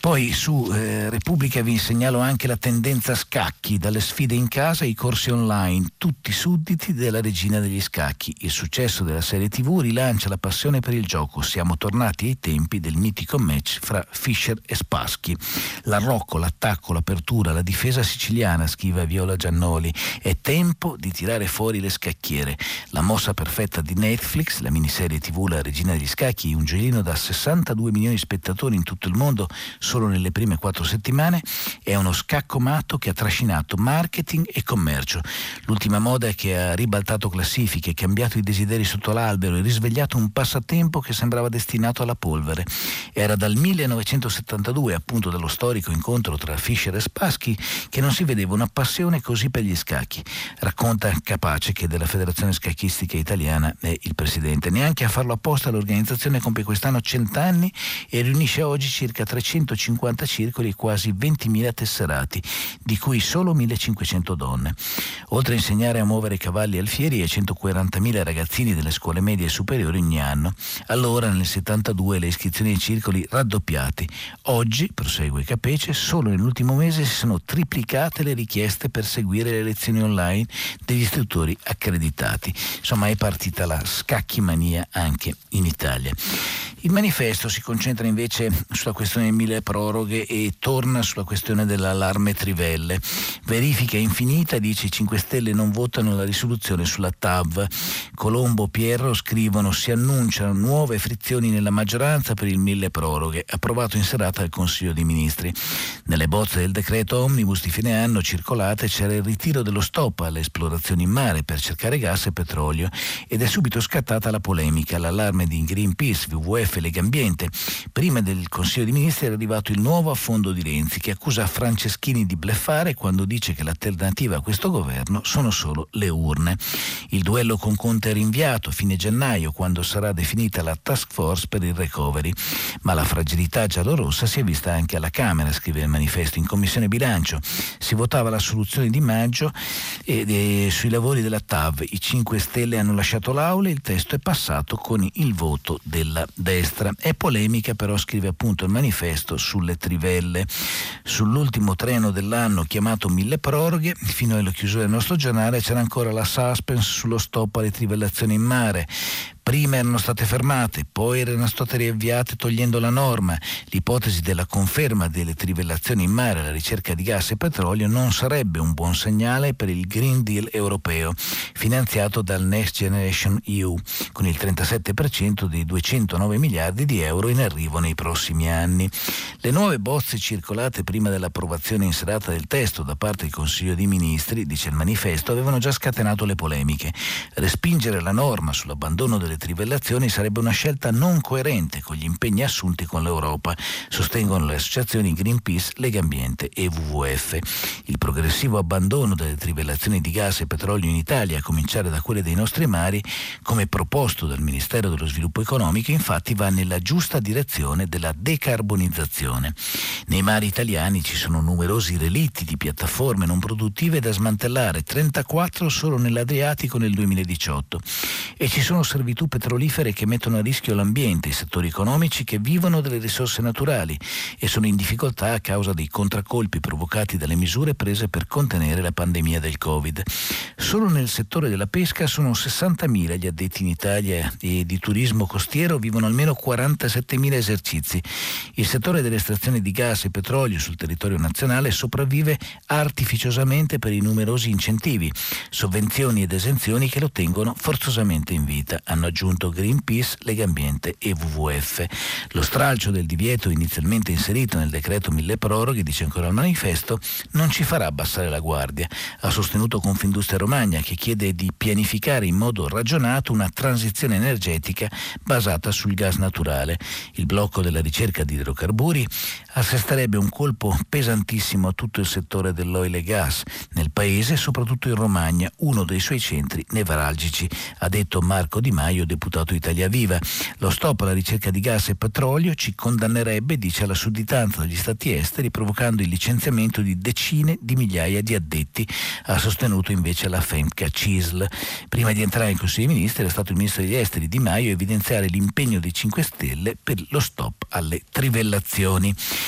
Poi su eh, Repubblica vi segnalo anche la tendenza scacchi, dalle sfide in casa ai corsi online, tutti sudditi della regina degli scacchi. Il successo della serie tivù rilancia la passione per il gioco, siamo tornati ai tempi del mitico match fra Fischer e Spassky. L'arrocco, l'attacco, l'apertura, la difesa siciliana, scrive Viola Giannoli, è tempo di tirare fuori le scacchiere. La mossa perfetta di Netflix, la miniserie tivù La regina degli scacchi, un gioiellino da sessantadue milioni di spettatori in tutto il mondo solo nelle prime quattro settimane, è uno scaccomato che ha trascinato marketing e commercio. L'ultima moda è che ha ribaltato classifiche, cambiato i desideri sotto l'albero e risvegliato un passatempo che sembrava destinato alla polvere. Era dal millenovecentosettantadue, appunto dallo storico incontro tra Fischer e Spassky, che non si vedeva una passione così per gli scacchi. Racconta Capace, che della Federazione Scacchistica Italiana è il presidente. Neanche a farlo apposta l'organizzazione compie quest'anno cent'anni e riunisce oggi circa trecentocinquanta circoli e quasi ventimila tesserati, di cui solo millecinquecento donne. Oltre a insegnare a muovere cavalli alfieri ai centoquarantamila ragazzini delle scuole medie e superiori ogni anno. Allora, nel settantadue, le iscrizioni ai circoli raddoppiate. Oggi, prosegue Capace, solo nell'ultimo mese si sono triplicate le richieste per seguire le lezioni online degli istruttori accreditati. Insomma, è partita la scacchimania anche in Italia. Il manifesto si concentra invece sulla questione mille proroghe e torna sulla questione dell'allarme trivelle. Verifica infinita, dice i cinque Stelle non votano la risoluzione sulla T A V. Colombo, Pierro scrivono si annunciano nuove frizioni nella maggioranza per il mille proroghe, approvato in serata dal Consiglio dei Ministri. Nelle bozze del decreto omnibus di fine anno circolate c'era il ritiro dello stop alle esplorazioni in mare per cercare gas e petrolio ed è subito scattata la polemica, l'allarme di Greenpeace, W W F e Legambiente. Prima del Consiglio dei Ministri era arrivato il nuovo affondo di Renzi, che accusa Franceschini di bluffare quando dice che l'alternativa a questo governo sono solo le urne. Il duello con Conte è rinviato fine gennaio, quando sarà definita la task force per il recovery. Ma la fragilità giallorossa si è vista anche alla Camera, scrive il manifesto. In Commissione Bilancio si votava la soluzione di maggio ed è sui lavori della T A V. I cinque Stelle hanno lasciato l'aula e il testo è passato con il voto della destra. È polemica però, scrive appunto il manifesto, sulle trivelle. Sull'ultimo treno dell'anno chiamato mille proroghe, fino alla chiusura del nostro giornale c'era ancora la suspense sullo stop alle trivellazioni in mare. Prima erano state fermate, poi erano state riavviate togliendo la norma. L'ipotesi della conferma delle trivellazioni in mare alla ricerca di gas e petrolio non sarebbe un buon segnale per il Green Deal europeo, finanziato dal Next Generation E U, con il trentasette per cento dei duecentonove miliardi di euro in arrivo nei prossimi anni. Le nuove bozze circolate prima dell'approvazione in serata del testo da parte del Consiglio dei Ministri, dice il manifesto, avevano già scatenato le polemiche. Respingere la norma sull'abbandono delle trivellazioni sarebbe una scelta non coerente con gli impegni assunti con l'Europa, sostengono le associazioni Greenpeace, Legambiente e W W F. Il progressivo abbandono delle trivellazioni di gas e petrolio in Italia, a cominciare da quelle dei nostri mari, come proposto dal Ministero dello Sviluppo Economico, infatti va nella giusta direzione della decarbonizzazione. Nei mari italiani ci sono numerosi relitti di piattaforme non produttive da smantellare, trentaquattro solo nell'Adriatico nel duemiladiciotto, e ci sono servitù petrolifere che mettono a rischio l'ambiente, i settori economici che vivono delle risorse naturali e sono in difficoltà a causa dei contraccolpi provocati dalle misure prese per contenere la pandemia del Covid. Solo nel settore della pesca sono sessantamila gli addetti in Italia e di turismo costiero vivono almeno quarantasettemila esercizi. Il settore delle estrazioni di gas e petrolio sul territorio nazionale sopravvive artificiosamente per i numerosi incentivi, sovvenzioni ed esenzioni che lo tengono forzosamente in vita, hanno aggiunto Greenpeace, Legambiente e W W F. Lo stralcio del divieto inizialmente inserito nel decreto mille proroghe, dice ancora il manifesto, non ci farà abbassare la guardia, ha sostenuto Confindustria Romagna, che chiede di pianificare in modo ragionato una transizione energetica basata sul gas naturale. Il blocco della ricerca di idrocarburi assesterebbe un colpo pesantissimo a tutto il settore dell'oil e gas nel paese, soprattutto in Romagna, uno dei suoi centri nevralgici, ha detto Marco Di Maio, deputato Italia Viva. Lo stop alla ricerca di gas e petrolio ci condannerebbe, dice, alla sudditanza degli stati esteri, provocando il licenziamento di decine di migliaia di addetti, ha sostenuto invece la FEMCA CISL. Prima di entrare in Consiglio dei Ministri era stato il ministro degli esteri Di Maio a evidenziare l'impegno dei cinque Stelle per lo stop alle trivellazioni.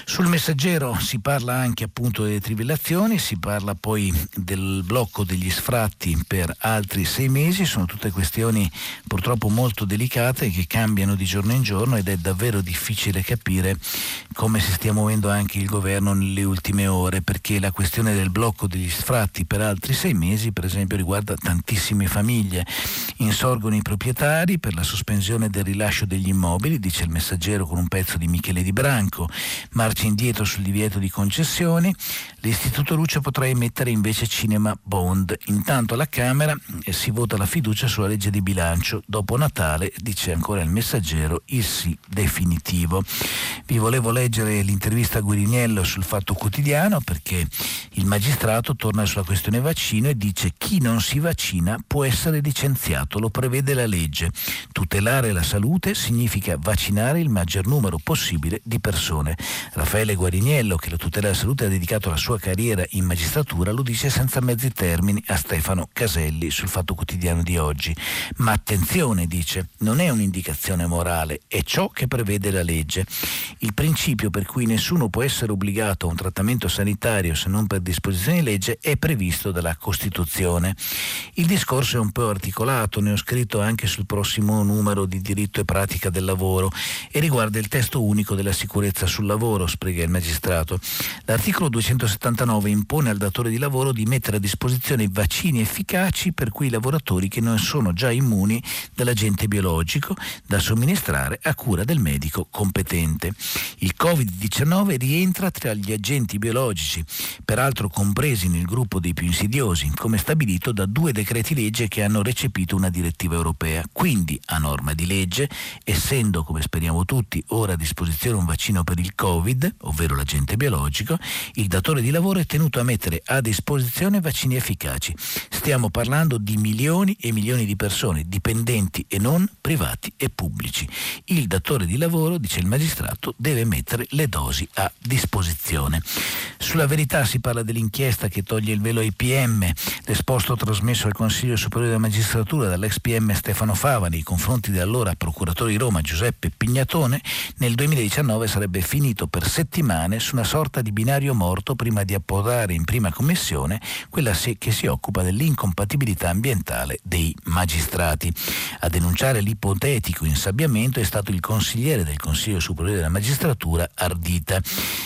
Sul Messaggero si parla anche appunto delle trivellazioni, si parla poi del blocco degli sfratti per altri sei mesi, sono tutte questioni purtroppo molto delicate che cambiano di giorno in giorno ed è davvero difficile capire come si stia muovendo anche il governo nelle ultime ore, perché la questione del blocco degli sfratti per altri sei mesi per esempio riguarda tantissime famiglie. Insorgono i proprietari per la sospensione del rilascio degli immobili, dice il Messaggero con un pezzo di Michele Di Branco, marcia indietro sul divieto di concessioni, l'Istituto Luce potrà emettere invece cinema bond. Intanto alla Camera eh, si vota la fiducia sulla legge di bilancio, dopo Natale, dice ancora il Messaggero, il sì definitivo. Vi volevo leggere l'intervista a Guariniello sul Fatto Quotidiano perché il magistrato torna sulla questione vaccino e dice: chi non si vaccina può essere licenziato, lo prevede la legge. Tutelare la salute significa vaccinare il maggior numero possibile di persone. Raffaele Guariniello, che la tutela della salute ha dedicato la sua carriera in magistratura, lo dice senza mezzi termini a Stefano Caselli sul Fatto Quotidiano di oggi. Ma attenzione, dice, non è un'indicazione morale, è ciò che prevede la legge. Il principio per cui nessuno può essere obbligato a un trattamento sanitario se non per disposizione di legge è previsto dalla Costituzione. Il discorso è un po' articolato, ne ho scritto anche sul prossimo numero di Diritto e Pratica del Lavoro e riguarda il testo unico della sicurezza sul lavoro, spiega il magistrato. L'articolo duecentosettantanove impone al datore di lavoro di mettere a disposizione vaccini efficaci per quei lavoratori che non sono già immuni dall'agente biologico da somministrare a cura del medico competente. Il covid diciannove rientra tra gli agenti biologici, peraltro compresi nel gruppo dei più insidiosi, come stabilito da due decreti legge che hanno recepito una direttiva europea. Quindi, a norma di legge, essendo, come speriamo tutti, ora a disposizione un vaccino per il Covid, ovvero l'agente biologico, il datore di lavoro è tenuto a mettere a disposizione vaccini efficaci. Stiamo parlando di milioni e milioni di persone, dipendenti e non, privati e pubblici. Il datore di lavoro, dice il magistrato, deve mettere le dosi a disposizione. Sulla Verità si parla dell'inchiesta che toglie il velo ai P M, l'esposto trasmesso al Consiglio Superiore della Magistratura dall'ex P M Stefano Fava nei confronti dell'allora procuratore di Roma Giuseppe Pignatone, nel duemiladiciannove sarebbe finito per settimane su una sorta di binario morto prima di approdare in prima commissione, quella che si occupa dell'incompatibilità ambientale dei magistrati. A denunciare l'ipotetico insabbiamento è stato il consigliere del Consiglio Superiore della Magistratura Ardita,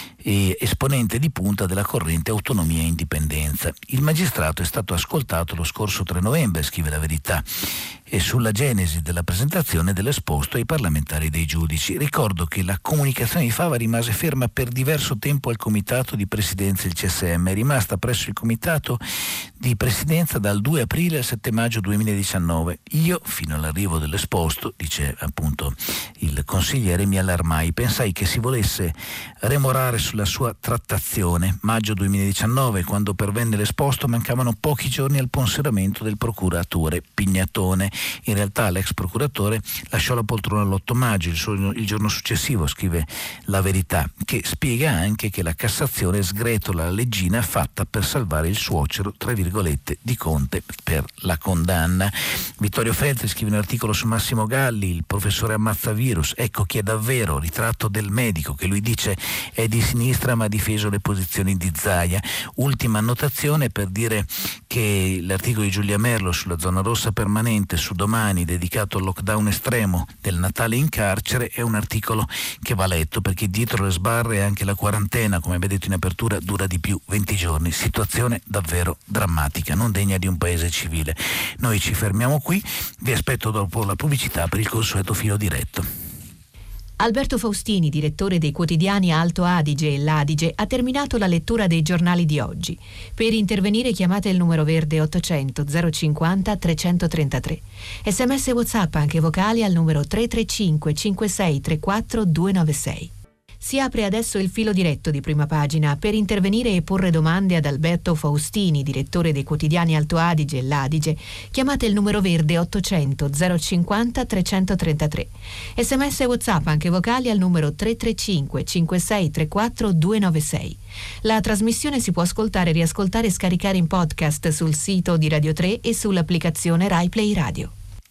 e esponente di punta della corrente Autonomia e Indipendenza. Il magistrato è stato ascoltato lo scorso tre novembre, scrive La Verità, e sulla genesi della presentazione dell'esposto ai parlamentari dei giudici. Ricordo che la comunicazione di Fava rimase ferma per diverso tempo al comitato di presidenza del C S M, è rimasta presso il comitato di presidenza dal due aprile al sette maggio duemiladiciannove. Io, fino all'arrivo dell'esposto, dice appunto il consigliere, mi allarmai, pensai che si volesse remorare sulla sua trattazione. Maggio duemiladiciannove, quando pervenne l'esposto, mancavano pochi giorni al pensionamento del procuratore Pignatone. In realtà l'ex procuratore lasciò la poltrona l'otto maggio, il, suo, il giorno successivo, scrive La Verità, che spiega anche che la Cassazione sgretola la leggina fatta per salvare il suocero, tra virgolette, di Conte per la condanna. Vittorio Feltri scrive un articolo su Massimo Galli, il professore ammazzavirus, ecco chi è davvero, ritratto del medico, che lui dice è di sinistra ma ha difeso le posizioni di Zaia. Ultima annotazione per dire che l'articolo di Giulia Merlo sulla zona rossa permanente su Domani, dedicato al lockdown estremo del Natale in carcere, è un articolo che va letto perché dietro le sbarre anche la quarantena, come abbiamo detto in apertura, dura di più venti giorni. Situazione davvero drammatica, non degna di un paese civile. Noi ci fermiamo qui, vi aspetto dopo la pubblicità per il consueto filo diretto. Alberto Faustini, direttore dei quotidiani Alto Adige e l'Adige, ha terminato la lettura dei giornali di oggi. Per intervenire chiamate il numero verde ottocento zero cinquanta trecentotrentatré. Sms e WhatsApp anche vocali al numero tre tre cinque cinque sei tre quattro due nove sei. Si apre adesso il filo diretto di Prima Pagina. Per intervenire e porre domande ad Alberto Faustini, direttore dei quotidiani Alto Adige e l'Adige, chiamate il numero verde ottocento zero cinquanta trecentotrentatré. Sms e WhatsApp anche vocali al numero tre tre cinque cinque sei tre quattro due nove sei. La trasmissione si può ascoltare, riascoltare e scaricare in podcast sul sito di Radio tre e sull'applicazione Rai Play Radio.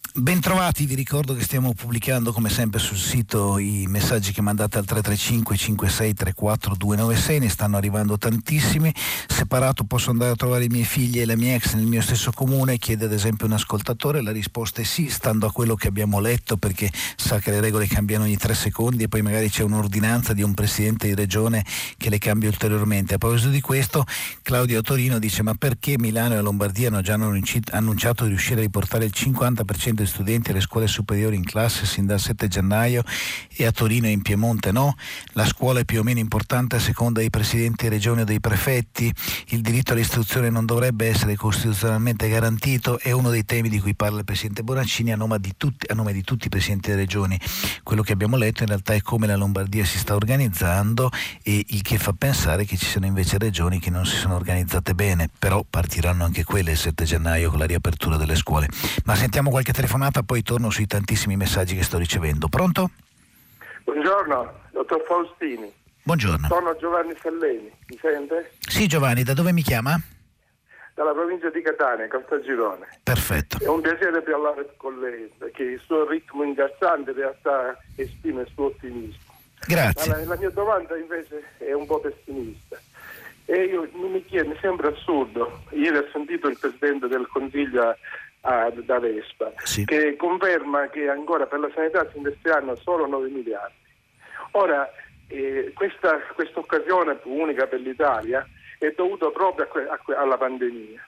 Bentrovati, vi ricordo che stiamo pubblicando come sempre sul sito i messaggi che mandate al tre tre cinque cinque sei tre quattro due nove sei, ne stanno arrivando tantissimi. Separato posso andare a trovare i miei figli e la mia ex nel mio stesso comune, chiede ad esempio un ascoltatore. La risposta è sì, stando a quello che abbiamo letto, perché sa che le regole cambiano ogni tre secondi e poi magari c'è un'ordinanza di un presidente di regione che le cambia ulteriormente. A proposito di questo, Claudio Torino dice: ma perché Milano e Lombardia hanno già annunciato di riuscire a riportare il cinquanta per cento di studenti alle scuole superiori in classe sin dal sette gennaio e a Torino e in Piemonte no? La scuola è più o meno importante a seconda dei presidenti di regione o dei prefetti, il diritto all'istruzione non dovrebbe essere costituzionalmente garantito, è uno dei temi di cui parla il presidente Bonaccini a nome di tutti, a nome di tutti i presidenti delle regioni. Quello che abbiamo letto in realtà è come la Lombardia si sta organizzando, e il che fa pensare che ci siano invece regioni che non si sono organizzate bene, però partiranno anche quelle il sette gennaio con la riapertura delle scuole. Ma sentiamo qualche telefonata, poi torno sui tantissimi messaggi che sto ricevendo. Pronto? Buongiorno, dottor Faustini. Buongiorno. Sono Giovanni Felleni, mi sente? Sì, Giovanni, da dove mi chiama? Dalla provincia di Catania, Caltagirone. Perfetto. È un piacere parlare con lei, perché il suo ritmo ingassante in realtà esprime il suo ottimismo. Grazie. Ma la, la mia domanda invece è un po' pessimista. E io mi chiedo, mi sembra assurdo, ieri ho sentito il Presidente del Consiglio a, da Vespa, sì, che conferma che ancora per la sanità si investiranno solo nove miliardi. Ora, eh, questa occasione unica per l'Italia è dovuta proprio a que, a que, alla pandemia.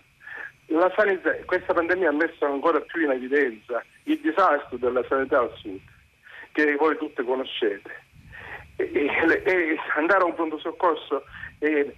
La sanità, questa pandemia ha messo ancora più in evidenza il disastro della sanità al sud, che voi tutti conoscete. E, e, e andare a un pronto soccorso e,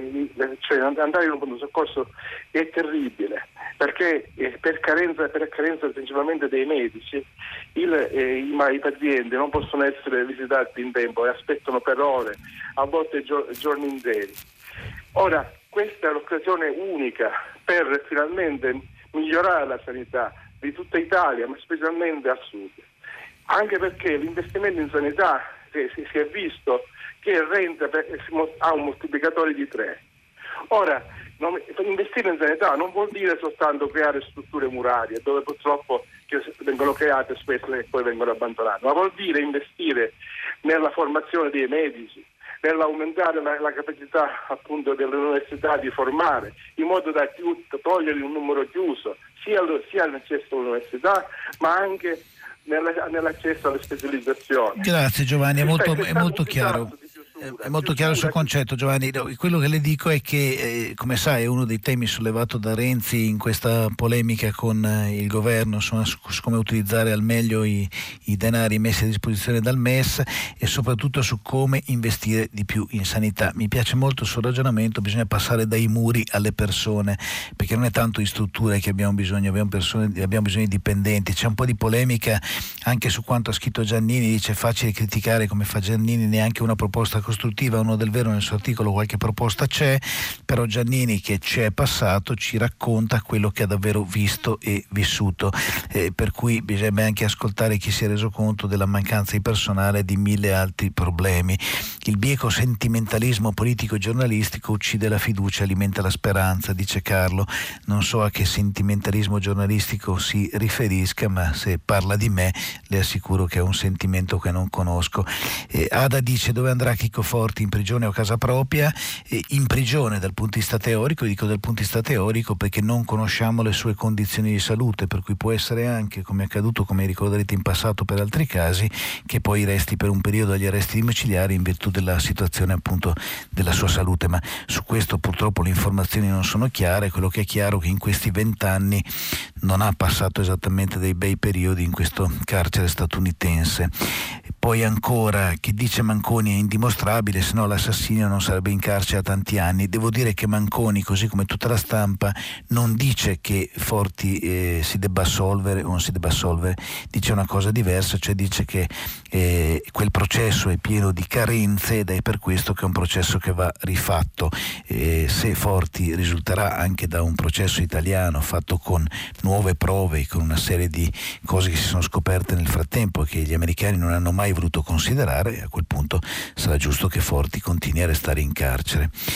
cioè andare in un pronto soccorso è terribile, perché per carenza, per carenza principalmente dei medici il, eh, i, i pazienti non possono essere visitati in tempo e aspettano per ore, a volte gio- giorni interi. Ora, questa è l'occasione unica per finalmente migliorare la sanità di tutta Italia, ma specialmente al sud, anche perché l'investimento in sanità si, si è visto che rende per, ha un moltiplicatore di tre. Ora, non, investire in sanità non vuol dire soltanto creare strutture murarie, dove purtroppo che vengono create spesso e poi vengono abbandonate, ma vuol dire investire nella formazione dei medici, nell'aumentare la, la capacità appunto delle università di formare, in modo da togliere un numero chiuso sia, sia all'accesso all'università, ma anche nella, nell'accesso alle specializzazioni. Grazie Giovanni, è molto, è molto chiaro. È molto chiaro il suo concetto, Giovanni. Quello che le dico è che, eh, come sai, è uno dei temi sollevato da Renzi in questa polemica con eh, il governo, insomma, su, su come utilizzare al meglio i, i denari messi a disposizione dal M E S e soprattutto su come investire di più in sanità. Mi piace molto il suo ragionamento, bisogna passare dai muri alle persone, perché non è tanto di strutture che abbiamo bisogno, abbiamo, persone, abbiamo bisogno di dipendenti. C'è un po' di polemica anche su quanto ha scritto Giannini, dice facile criticare come fa Giannini, neanche una proposta costruttiva. Uno del vero, nel suo articolo qualche proposta c'è, però Giannini, che ci è passato, ci racconta quello che ha davvero visto e vissuto, eh, per cui bisogna anche ascoltare chi si è reso conto della mancanza di personale e di mille altri problemi. Il bieco sentimentalismo politico e giornalistico uccide la fiducia e alimenta la speranza, dice Carlo. Non so a che sentimentalismo giornalistico si riferisca, ma se parla di me le assicuro che è un sentimento che non conosco. eh, Ada dice: dove andrà Chico Forti, in prigione o casa propria? Eh, in prigione dal punto di vista teorico, dico dal punto di vista teorico perché non conosciamo le sue condizioni di salute, per cui può essere anche, come è accaduto, come ricorderete in passato per altri casi, che poi resti per un periodo agli arresti domiciliari in virtù della situazione appunto della sua salute, ma su questo purtroppo le informazioni non sono chiare. Quello che è chiaro è che in questi vent'anni non ha passato esattamente dei bei periodi in questo carcere statunitense. Poi ancora, chi dice Manconi è indimostrabile, se no l'assassinio non sarebbe in carcere a tanti anni. Devo dire che Manconi, così come tutta la stampa, non dice che Forti eh, si debba assolvere o non si debba assolvere, dice una cosa diversa, cioè dice che eh, quel processo è pieno di carenze ed è per questo che è un processo che va rifatto. Eh, se Forti risulterà anche da un processo italiano fatto con nuove prove, con una serie di cose che si sono scoperte nel frattempo e che gli americani non hanno mai voluto considerare, a quel punto sarà giusto che Forti continui a restare in carcere.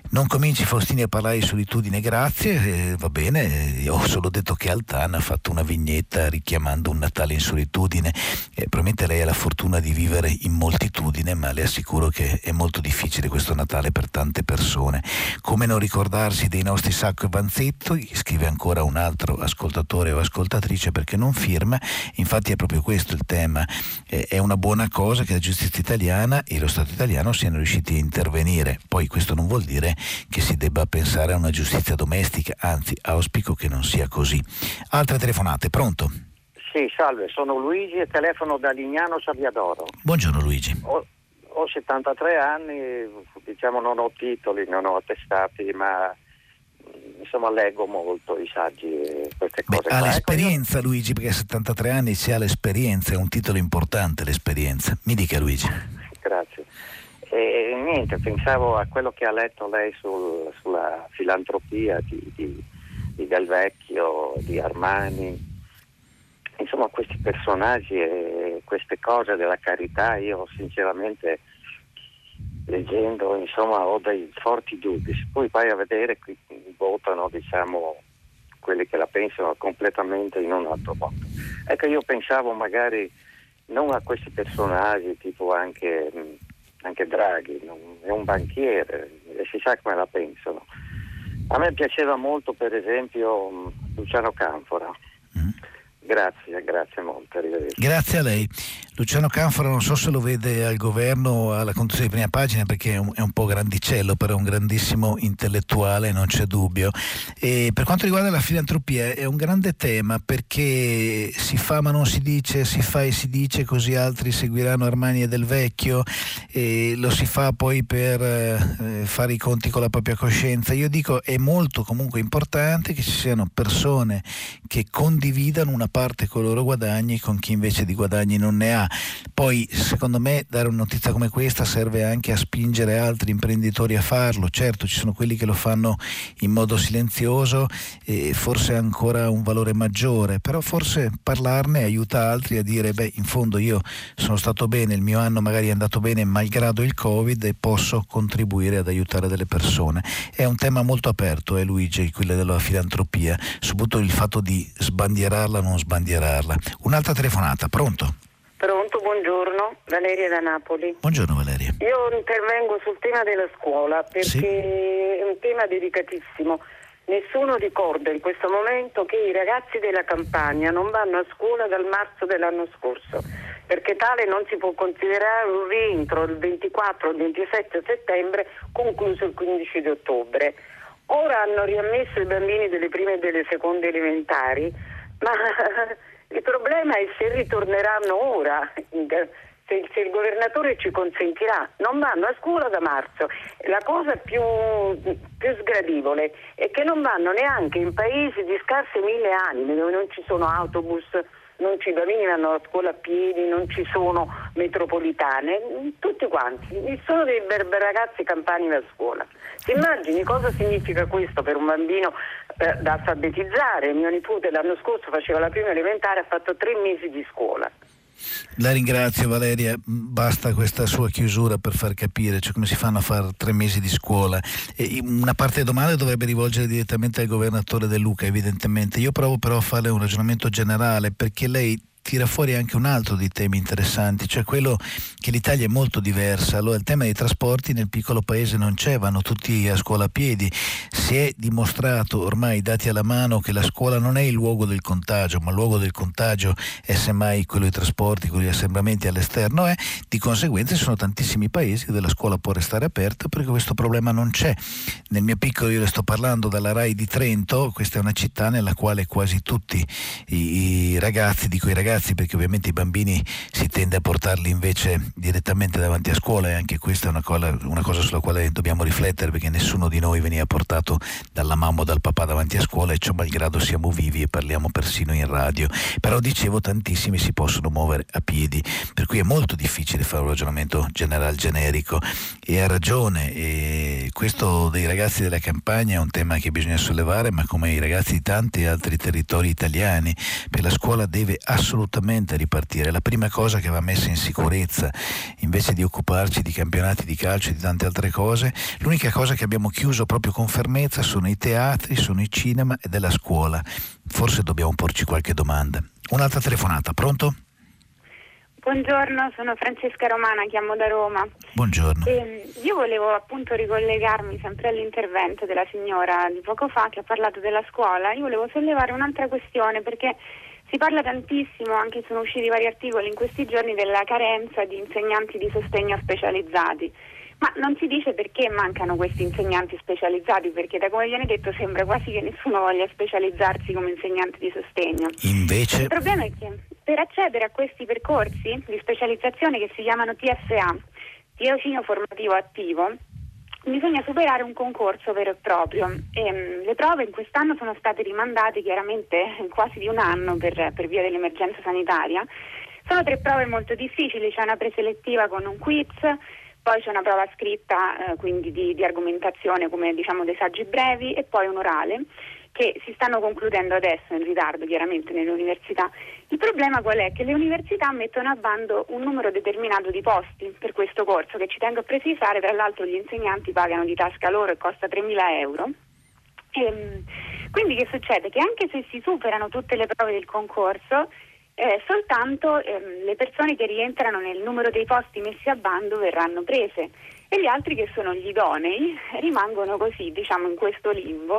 Non cominci Faustini a parlare di solitudine, grazie, eh, va bene, io ho solo detto che Altana ha fatto una vignetta richiamando un Natale in solitudine, eh, probabilmente lei ha la fortuna di vivere in moltitudine, ma le assicuro che è molto difficile questo Natale per tante persone. Come non ricordarsi dei nostri Sacco e Vanzetto, scrive ancora un altro ascoltatore o ascoltatrice perché non firma, infatti è proprio questo il tema, eh, è una buona cosa che la giustizia italiana e lo Stato italiano siano riusciti a intervenire, poi questo non vuol dire che si debba pensare a una giustizia domestica, anzi auspico che non sia così. Altre telefonate, pronto? Sì, salve, sono Luigi e telefono da Lignano Sabbiadoro. Buongiorno Luigi. Ho, ho settantatré anni, diciamo non ho titoli, non ho attestati, ma insomma leggo molto i saggi e queste cose. Beh, ha qua. l'esperienza ecco, io... Luigi, perché a settantatré anni si ha l'esperienza, è un titolo importante l'esperienza. Mi dica Luigi. Grazie. E niente, pensavo a quello che ha letto lei sul, sulla filantropia di, di, di Del Vecchio, di Armani, insomma questi personaggi e queste cose della carità. Io sinceramente leggendo insomma ho dei forti dubbi, poi vai a vedere qui votano diciamo quelli che la pensano completamente in un altro modo. Ecco, io pensavo magari non a questi personaggi tipo anche anche Draghi, non, è un banchiere e si sa come la pensano. A me piaceva molto per esempio Luciano Canfora. Mm. Grazie, grazie molto, arrivederci. Grazie a lei. Luciano Canfora non so se lo vede al governo o alla conduzione di prima pagina perché è un, è un po' grandicello, però è un grandissimo intellettuale, non c'è dubbio. E per quanto riguarda la filantropia è un grande tema perché si fa ma non si dice, si fa e si dice, così altri seguiranno Armani e Del Vecchio, e lo si fa poi per eh, fare i conti con la propria coscienza. Io dico è molto comunque importante che ci siano persone che condividano una parte con i loro guadagni con chi invece di guadagni non ne ha. Poi secondo me dare una notizia come questa serve anche a spingere altri imprenditori a farlo. Certo ci sono quelli che lo fanno in modo silenzioso e forse ha ancora un valore maggiore, però forse parlarne aiuta altri a dire beh in fondo io sono stato bene, il mio anno magari è andato bene malgrado il Covid e posso contribuire ad aiutare delle persone. È un tema molto aperto, eh, Luigi, quello della filantropia, soprattutto il fatto di sbandierarla o non sbandierarla. Un'altra telefonata, pronto? Pronto, buongiorno, Valeria da Napoli. Buongiorno Valeria. Io intervengo sul tema della scuola perché sì. È un tema delicatissimo. Nessuno ricorda in questo momento che i ragazzi della Campania non vanno a scuola dal marzo dell'anno scorso, perché tale non si può considerare un rientro il ventiquattro o il ventisette settembre, concluso il quindici di ottobre. Ora hanno riammesso i bambini delle prime e delle seconde elementari, ma il problema è se ritorneranno ora, se, se il governatore ci consentirà. Non vanno a scuola da marzo. La cosa più, più sgradevole è che non vanno neanche in paesi di scarse mille anime, dove non ci sono autobus, non ci, i bambini vanno a scuola a piedi, non ci sono metropolitane, tutti quanti. Sono dei ragazzi campani da scuola. Si immagini cosa significa questo per un bambino eh, da alfabetizzare. Mio nipote l'anno scorso faceva la prima elementare, ha fatto tre mesi di scuola. La ringrazio Valeria, basta questa sua chiusura per far capire, cioè come si fanno a fare tre mesi di scuola. E una parte della domanda dovrebbe rivolgere direttamente al governatore De Luca evidentemente. Io provo però a fare un ragionamento generale perché lei tira fuori anche un altro dei temi interessanti, cioè quello che l'Italia è molto diversa. Allora il tema dei trasporti nel piccolo paese non c'è, vanno tutti a scuola a piedi. Si è dimostrato ormai, dati alla mano, che la scuola non è il luogo del contagio, ma il luogo del contagio è semmai quello dei trasporti, quello degli assembramenti all'esterno, è di conseguenza ci sono tantissimi paesi dove la scuola può restare aperta perché questo problema non c'è. Nel mio piccolo, io le sto parlando dalla RAI di Trento, questa è una città nella quale quasi tutti i, i ragazzi, dico i ragazzi perché ovviamente i bambini si tende a portarli invece direttamente davanti a scuola, e anche questa è una cosa, una cosa sulla quale dobbiamo riflettere, perché nessuno di noi veniva portato dalla mamma o dal papà davanti a scuola, e ciò malgrado siamo vivi e parliamo persino in radio. Però dicevo, tantissimi si possono muovere a piedi, per cui è molto difficile fare un ragionamento general generico, e ha ragione. E questo dei ragazzi della campagna è un tema che bisogna sollevare, ma come i ragazzi di tanti altri territori italiani, per la scuola deve assolutamente assolutamente ripartire. La prima cosa che va messa in sicurezza, invece di occuparci di campionati di calcio e di tante altre cose, l'unica cosa che abbiamo chiuso proprio con fermezza sono i teatri, sono i cinema ed è la scuola. Forse dobbiamo porci qualche domanda. Un'altra telefonata, pronto? Buongiorno, sono Francesca Romana, chiamo da Roma. Buongiorno. E io volevo appunto ricollegarmi sempre all'intervento della signora di poco fa che ha parlato della scuola. Io volevo sollevare un'altra questione, perché si parla tantissimo, anche sono usciti vari articoli in questi giorni, della carenza di insegnanti di sostegno specializzati. Ma non si dice perché mancano questi insegnanti specializzati, perché da come viene detto sembra quasi che nessuno voglia specializzarsi come insegnante di sostegno. Invece... Il problema è che per accedere a questi percorsi di specializzazione che si chiamano T F A, tirocinio formativo attivo, bisogna superare un concorso vero e proprio. E, mh, le prove in quest'anno sono state rimandate chiaramente quasi di un anno per, per via dell'emergenza sanitaria. Sono tre prove molto difficili, c'è una preselettiva con un quiz, poi c'è una prova scritta, eh, quindi di, di argomentazione come diciamo dei saggi brevi, e poi un orale che si stanno concludendo adesso in ritardo chiaramente nelle università. Il problema qual è? Che le università mettono a bando un numero determinato di posti per questo corso, che ci tengo a precisare, tra l'altro gli insegnanti pagano di tasca loro e costa tremila euro. E, quindi che succede? Che anche se si superano tutte le prove del concorso, eh, soltanto eh, le persone che rientrano nel numero dei posti messi a bando verranno prese, e gli altri, che sono gli idonei, rimangono così, diciamo, in questo limbo.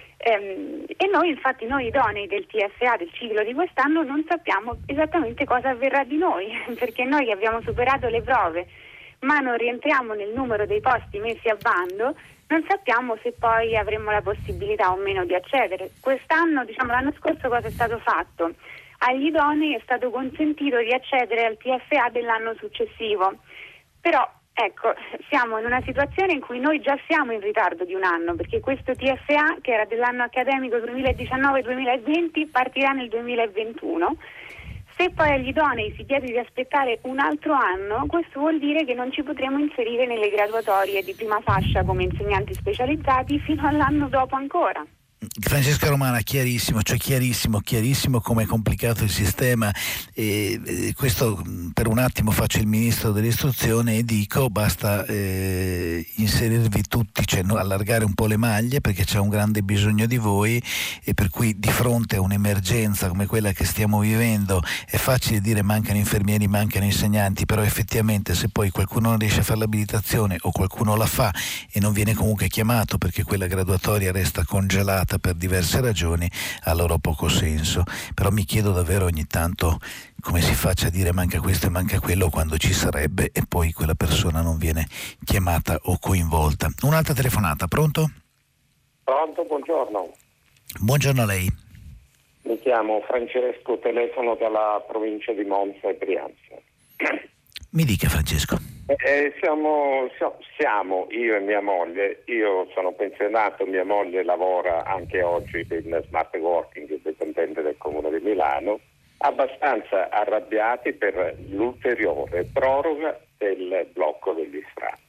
Ehm, e noi infatti, noi idonei del T F A del ciclo di quest'anno, non sappiamo esattamente cosa avverrà di noi, perché noi che abbiamo superato le prove ma non rientriamo nel numero dei posti messi a bando, non sappiamo se poi avremo la possibilità o meno di accedere. Quest'anno, diciamo l'anno scorso, cosa è stato fatto? Agli idonei è stato consentito di accedere al T F A dell'anno successivo, però ecco, siamo in una situazione in cui noi già siamo in ritardo di un anno, perché questo T F A, che era dell'anno accademico duemiladiciannove duemilaventi, partirà nel duemilaventuno. Se poi agli idonei si chiede di aspettare un altro anno, questo vuol dire che non ci potremo inserire nelle graduatorie di prima fascia come insegnanti specializzati fino all'anno dopo ancora. Francesca Romana, chiarissimo, cioè chiarissimo, chiarissimo come è complicato il sistema, e, e questo per un attimo faccio il ministro dell'istruzione e dico basta eh, inserirvi tutti, cioè no, allargare un po' le maglie, perché c'è un grande bisogno di voi, e per cui di fronte a un'emergenza come quella che stiamo vivendo è facile dire mancano infermieri, mancano insegnanti, però effettivamente se poi qualcuno non riesce a fare l'abilitazione o qualcuno la fa e non viene comunque chiamato perché quella graduatoria resta congelata per diverse ragioni, allora ha poco senso. Però mi chiedo davvero ogni tanto come si faccia a dire manca questo e manca quello quando ci sarebbe, e poi quella persona non viene chiamata o coinvolta. Un'altra telefonata, pronto? Pronto, buongiorno. Buongiorno a lei. Mi chiamo Francesco, telefono dalla provincia di Monza e Brianza. Mi dica, Francesco. Eh, siamo, siamo io e mia moglie, io sono pensionato, mia moglie lavora anche oggi in smart working, dipendente del Comune di Milano, abbastanza arrabbiati per l'ulteriore proroga del blocco degli sfratti.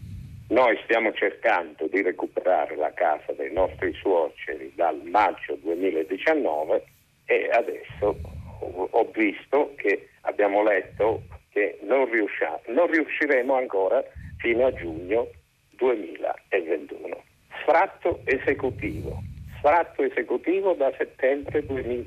Noi stiamo cercando di recuperare la casa dei nostri suoceri dal maggio duemiladiciannove e adesso ho visto che abbiamo letto che non, riusciamo, non riusciremo ancora fino a giugno duemilaventuno. Sfratto esecutivo, sfratto esecutivo da settembre duemila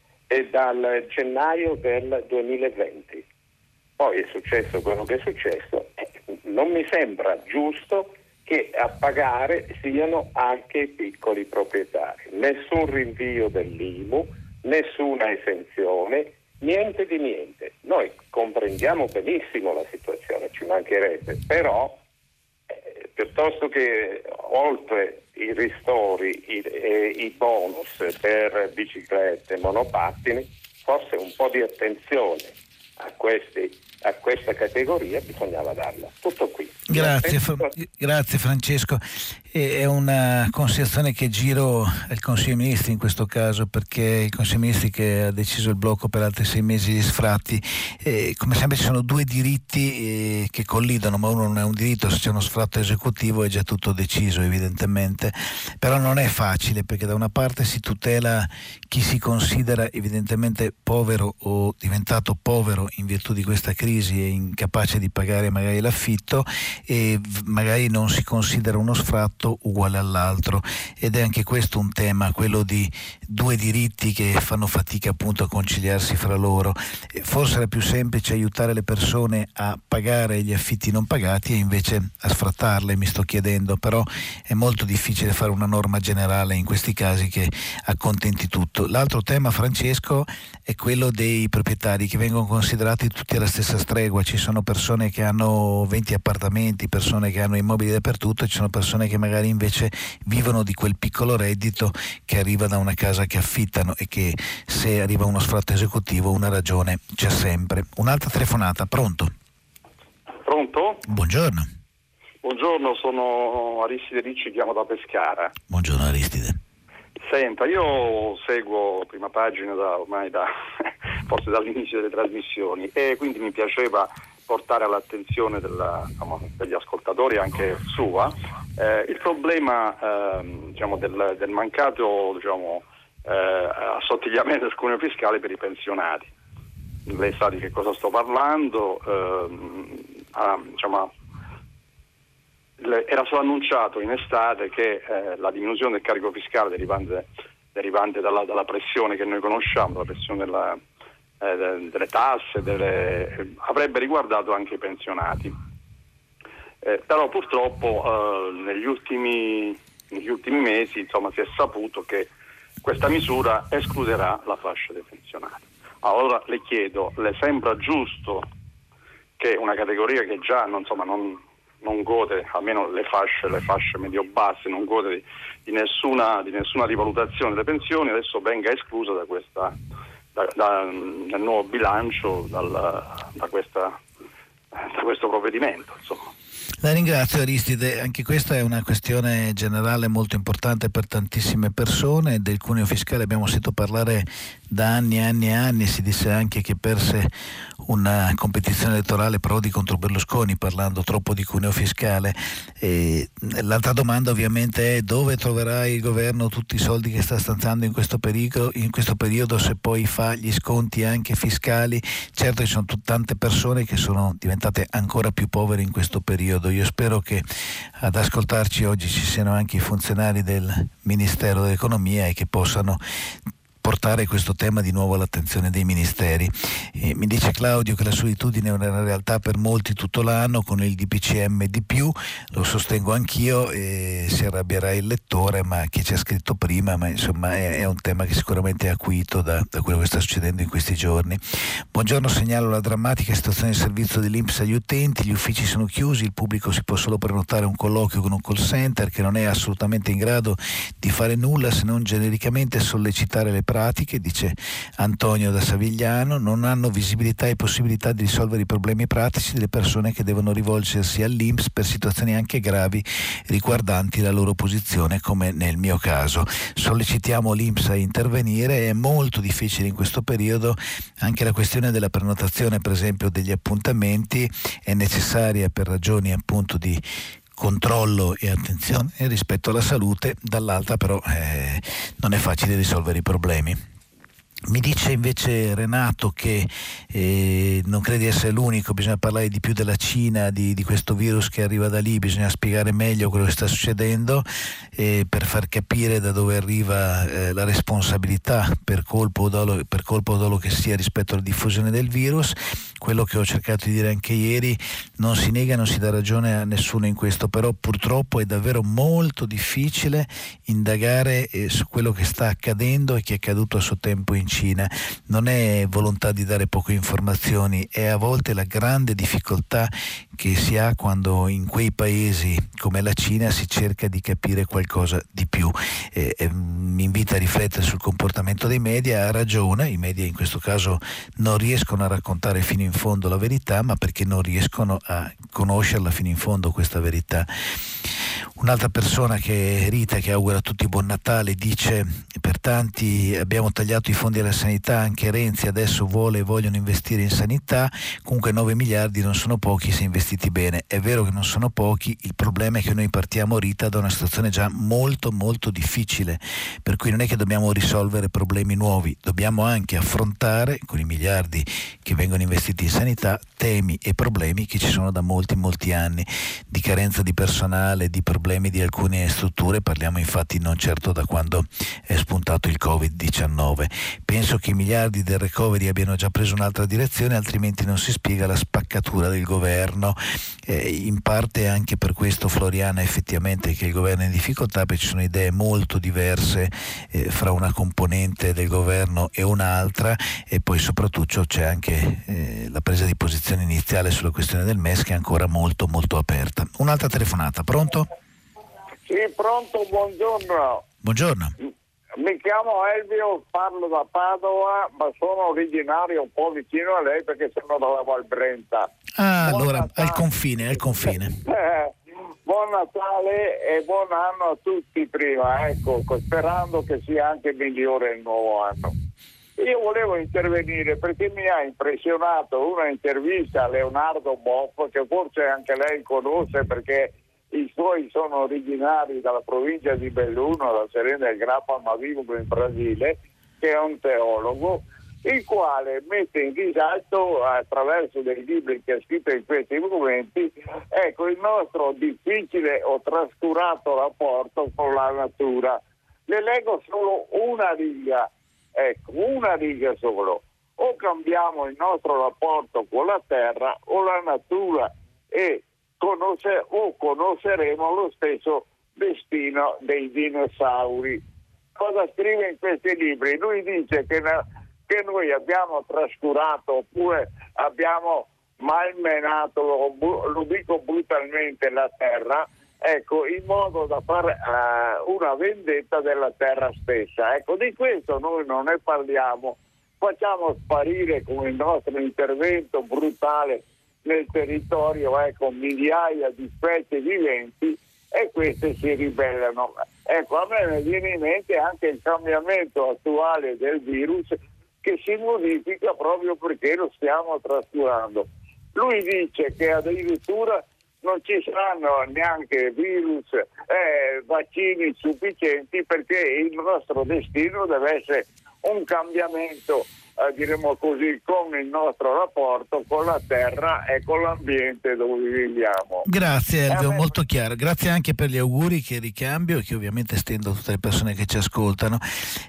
e dal gennaio del duemilaventi. Poi è successo quello che è successo, eh, non mi sembra giusto che a pagare siano anche i piccoli proprietari. Nessun rinvio dell'I M U, nessuna esenzione, niente di niente. Noi comprendiamo benissimo la situazione, ci mancherebbe, però eh, piuttosto che oltre i ristori, i, eh, i bonus per biciclette, monopattini, forse un po' di attenzione a, questi, a questa categoria bisognava darla. Tutto qui. Grazie, Fra- grazie Francesco. È una considerazione che giro al Consiglio dei Ministri in questo caso, perché il Consiglio dei Ministri che ha deciso il blocco per altri sei mesi di sfratti, eh, come sempre ci sono due diritti eh, che collidono, ma uno non è un diritto, se c'è uno sfratto esecutivo è già tutto deciso evidentemente, però non è facile, perché da una parte si tutela chi si considera evidentemente povero o diventato povero in virtù di questa crisi e incapace di pagare magari l'affitto, e magari non si considera uno sfratto uguale all'altro, ed è anche questo un tema, quello di due diritti che fanno fatica appunto a conciliarsi fra loro. Forse era più semplice aiutare le persone a pagare gli affitti non pagati e invece a sfrattarle, mi sto chiedendo, però è molto difficile fare una norma generale in questi casi che accontenti tutto. L'altro tema, Francesco, è quello dei proprietari che vengono considerati tutti alla stessa stregua. Ci sono persone che hanno venti appartamenti, persone che hanno immobili dappertutto, e ci sono persone che magari invece vivono di quel piccolo reddito che arriva da una casa che affittano, e che se arriva uno sfratto esecutivo una ragione c'è sempre. Un'altra telefonata, pronto? Pronto? Buongiorno. Buongiorno, sono Aristide Ricci, chiamo da Pescara. Buongiorno Aristide. Senta, io seguo Prima Pagina da, ormai da forse dall'inizio delle trasmissioni, e quindi mi piaceva portare all'attenzione della, diciamo, degli ascoltatori, anche sua, eh, il problema eh, diciamo, del, del mancato diciamo, eh, assottigliamento del cuneo fiscale per i pensionati. Lei sa di che cosa sto parlando. Eh, ah, diciamo, le, era stato annunciato in estate che eh, la diminuzione del carico fiscale derivante, derivante dalla, dalla pressione che noi conosciamo, dalla pressione della Eh, delle tasse, delle, avrebbe riguardato anche i pensionati. Eh, però purtroppo eh, negli ultimi negli ultimi mesi insomma si è saputo che questa misura escluderà la fascia dei pensionati. Allora le chiedo, le sembra giusto che una categoria che già non, insomma, non, non gode, almeno le fasce, le fasce medio-basse, non gode di, di nessuna di nessuna rivalutazione delle pensioni, adesso venga esclusa da questa Da, da, dal nuovo bilancio, dal, da, questa, da questo provvedimento, insomma. La ringrazio Aristide, anche questa è una questione generale molto importante per tantissime persone. Del cuneo fiscale abbiamo sentito parlare da anni e anni e anni, si disse anche che perse una competizione elettorale Prodi contro Berlusconi parlando troppo di cuneo fiscale. E l'altra domanda ovviamente è: dove troverà il governo tutti i soldi che sta stanziando in questo, periodo, in questo periodo se poi fa gli sconti anche fiscali? Certo, ci sono t- tante persone che sono diventate ancora più povere in questo periodo. Io spero che ad ascoltarci oggi ci siano anche i funzionari del Ministero dell'Economia e che possano portare questo tema di nuovo all'attenzione dei ministeri. Eh, mi dice Claudio che la solitudine è una realtà per molti tutto l'anno, con il D P C M di più, lo sostengo anch'io, e si arrabbierà il lettore, ma chi ci ha scritto prima, ma insomma è, è un tema che sicuramente è acuito da, da quello che sta succedendo in questi giorni. Buongiorno, segnalo la drammatica situazione di servizio dell'I N P S agli utenti, gli uffici sono chiusi, il pubblico si può solo prenotare un colloquio con un call center che non è assolutamente in grado di fare nulla se non genericamente sollecitare le pratiche, dice Antonio da Savigliano. Non hanno visibilità e possibilità di risolvere i problemi pratici delle persone che devono rivolgersi all'I N P S per situazioni anche gravi riguardanti la loro posizione, come nel mio caso. Sollecitiamo l'I N P S a intervenire. È molto difficile in questo periodo anche la questione della prenotazione, per esempio, degli appuntamenti è necessaria per ragioni appunto di controllo e attenzione rispetto alla salute, dall'altra però eh, non è facile risolvere i problemi. Mi dice invece Renato che eh, non credi essere l'unico, bisogna parlare di più della Cina, di, di questo virus che arriva da lì, bisogna spiegare meglio quello che sta succedendo eh, per far capire da dove arriva eh, la responsabilità per colpo o dolo, per colpo o dolo che sia rispetto alla diffusione del virus. Quello che ho cercato di dire anche ieri, non si nega, non si dà ragione a nessuno in questo, però purtroppo è davvero molto difficile indagare eh, su quello che sta accadendo e che è accaduto a suo tempo in in Cina non è volontà di dare poche informazioni, è a volte la grande difficoltà che si ha quando in quei paesi come la Cina si cerca di capire qualcosa di più. Eh, eh, mi invita a riflettere sul comportamento dei media. Ha ragione, i media in questo caso non riescono a raccontare fino in fondo la verità, ma perché non riescono a conoscerla fino in fondo questa verità. Un'altra persona, che è Rita, che augura a tutti buon Natale, dice: per tanti abbiamo tagliato i fondi alla sanità, anche Renzi adesso vuole e vogliono investire in sanità, comunque nove miliardi non sono pochi se investiti bene. È vero che non sono pochi, il problema è che noi partiamo, Rita, da una situazione già molto molto difficile, per cui non è che dobbiamo risolvere problemi nuovi, dobbiamo anche affrontare con i miliardi che vengono investiti in sanità temi e problemi che ci sono da molti molti anni, di carenza di personale, di problemi di alcune strutture. Parliamo infatti non certo da quando è spuntato il covid diciannove. Penso che i miliardi del recovery abbiano già preso un'altra direzione, altrimenti non si spiega la spaccatura del governo. Eh, in parte anche per questo, Floriana, effettivamente che il governo è in difficoltà, perché ci sono idee molto diverse eh, fra una componente del governo e un'altra, e poi soprattutto c'è anche eh, la presa di posizione iniziale sulla questione del M E S, che è ancora molto molto aperta. Un'altra telefonata, pronto? Sì, pronto, buongiorno. Buongiorno. Mi chiamo Elvio, parlo da Padova, ma sono originario un po' vicino a lei perché sono da Val Brenta. Ah, buon allora, Natale. al confine, al confine. Eh, buon Natale e buon anno a tutti prima, ecco, sperando che sia anche migliore il nuovo anno. Io volevo intervenire perché mi ha impressionato una intervista a Leonardo Boff, che forse anche lei conosce perché i suoi sono originari dalla provincia di Belluno, da Serena del Grappa, ma vivono in Brasile, che è un teologo, il quale mette in risalto attraverso dei libri che ha scritto in questi momenti, ecco, il nostro difficile o trascurato rapporto con la natura. Le leggo solo una riga, ecco, una riga solo. O cambiamo il nostro rapporto con la terra o la natura e Conosce, o conosceremo lo stesso destino dei dinosauri. Cosa scrive in questi libri? Lui dice che, che noi abbiamo trascurato oppure abbiamo malmenato, lo, lo dico brutalmente, la terra, ecco, in modo da fare uh, una vendetta della terra stessa. Ecco, di questo noi non ne parliamo, facciamo sparire con il nostro intervento brutale nel territorio, ecco, migliaia di specie viventi, e queste si ribellano. Ecco, a me viene in mente anche il cambiamento attuale del virus, che si modifica proprio perché lo stiamo trascurando. Lui dice che addirittura non ci saranno neanche virus, eh, vaccini sufficienti, perché il nostro destino deve essere un cambiamento, eh, diremo così, con il nostro rapporto con la terra e con l'ambiente dove viviamo. Grazie Elvio, me... molto chiaro. Grazie anche per gli auguri che ricambio e che ovviamente stendo a tutte le persone che ci ascoltano.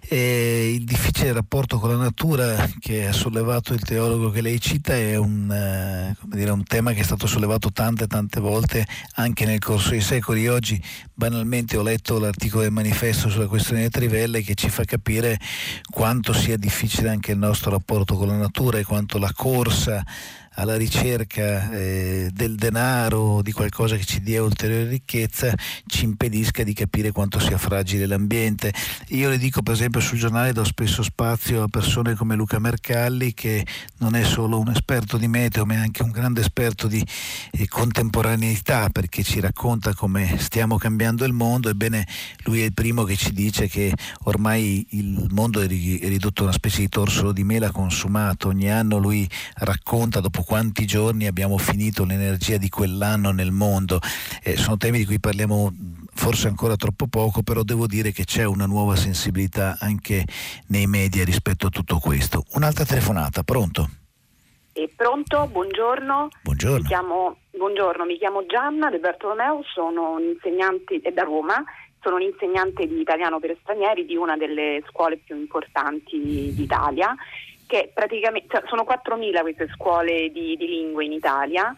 E il difficile rapporto con la natura che ha sollevato il teologo che lei cita è un, eh, come dire, un tema che è stato sollevato tante tante volte anche nel corso dei secoli. Oggi banalmente ho letto l'articolo del Manifesto sulla questione delle trivelle, che ci fa capire quanto sia difficile anche il nostro rapporto con la natura e quanto la corsa alla ricerca eh, del denaro, di qualcosa che ci dia ulteriore ricchezza, ci impedisca di capire quanto sia fragile l'ambiente. Io le dico, per esempio, sul giornale do spesso spazio a persone come Luca Mercalli, che non è solo un esperto di meteo ma è anche un grande esperto di eh, contemporaneità, perché ci racconta come stiamo cambiando il mondo. Ebbene, lui è il primo che ci dice che ormai il mondo è ridotto a una specie di torsolo di mela consumato. Ogni anno lui racconta dopo quanti giorni abbiamo finito l'energia di quell'anno nel mondo. Eh, sono temi di cui parliamo forse ancora troppo poco, però devo dire che c'è una nuova sensibilità anche nei media rispetto a tutto questo. Un'altra telefonata, pronto? Eh, pronto, buongiorno. Buongiorno. Mi chiamo, buongiorno, mi chiamo Gianna De Bartolomeo, sono un'insegnante è da Roma, sono un'insegnante di italiano per stranieri di una delle scuole più importanti d'Italia, che praticamente sono quattromila queste scuole di, di lingue in Italia,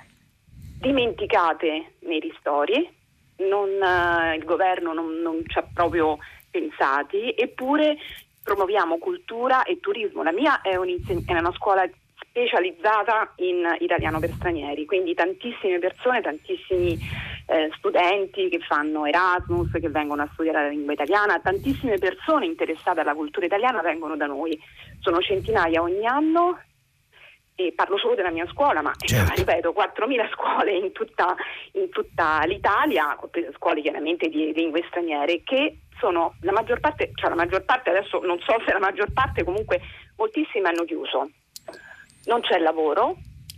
dimenticate nei ristori, non, uh, il governo non, non ci ha proprio pensati, eppure promuoviamo cultura e turismo. La mia è, un inseg- è una scuola specializzata in italiano per stranieri, quindi tantissime persone, tantissimi eh, studenti che fanno Erasmus, che vengono a studiare la lingua italiana, tantissime persone interessate alla cultura italiana vengono da noi, sono centinaia ogni anno, e parlo solo della mia scuola, ma certo. ripeto, quattromila scuole in tutta, in tutta l'Italia, scuole chiaramente di lingue straniere, che sono la maggior parte, cioè la maggior parte adesso non so se la maggior parte, comunque moltissime hanno chiuso. Non c'è lavoro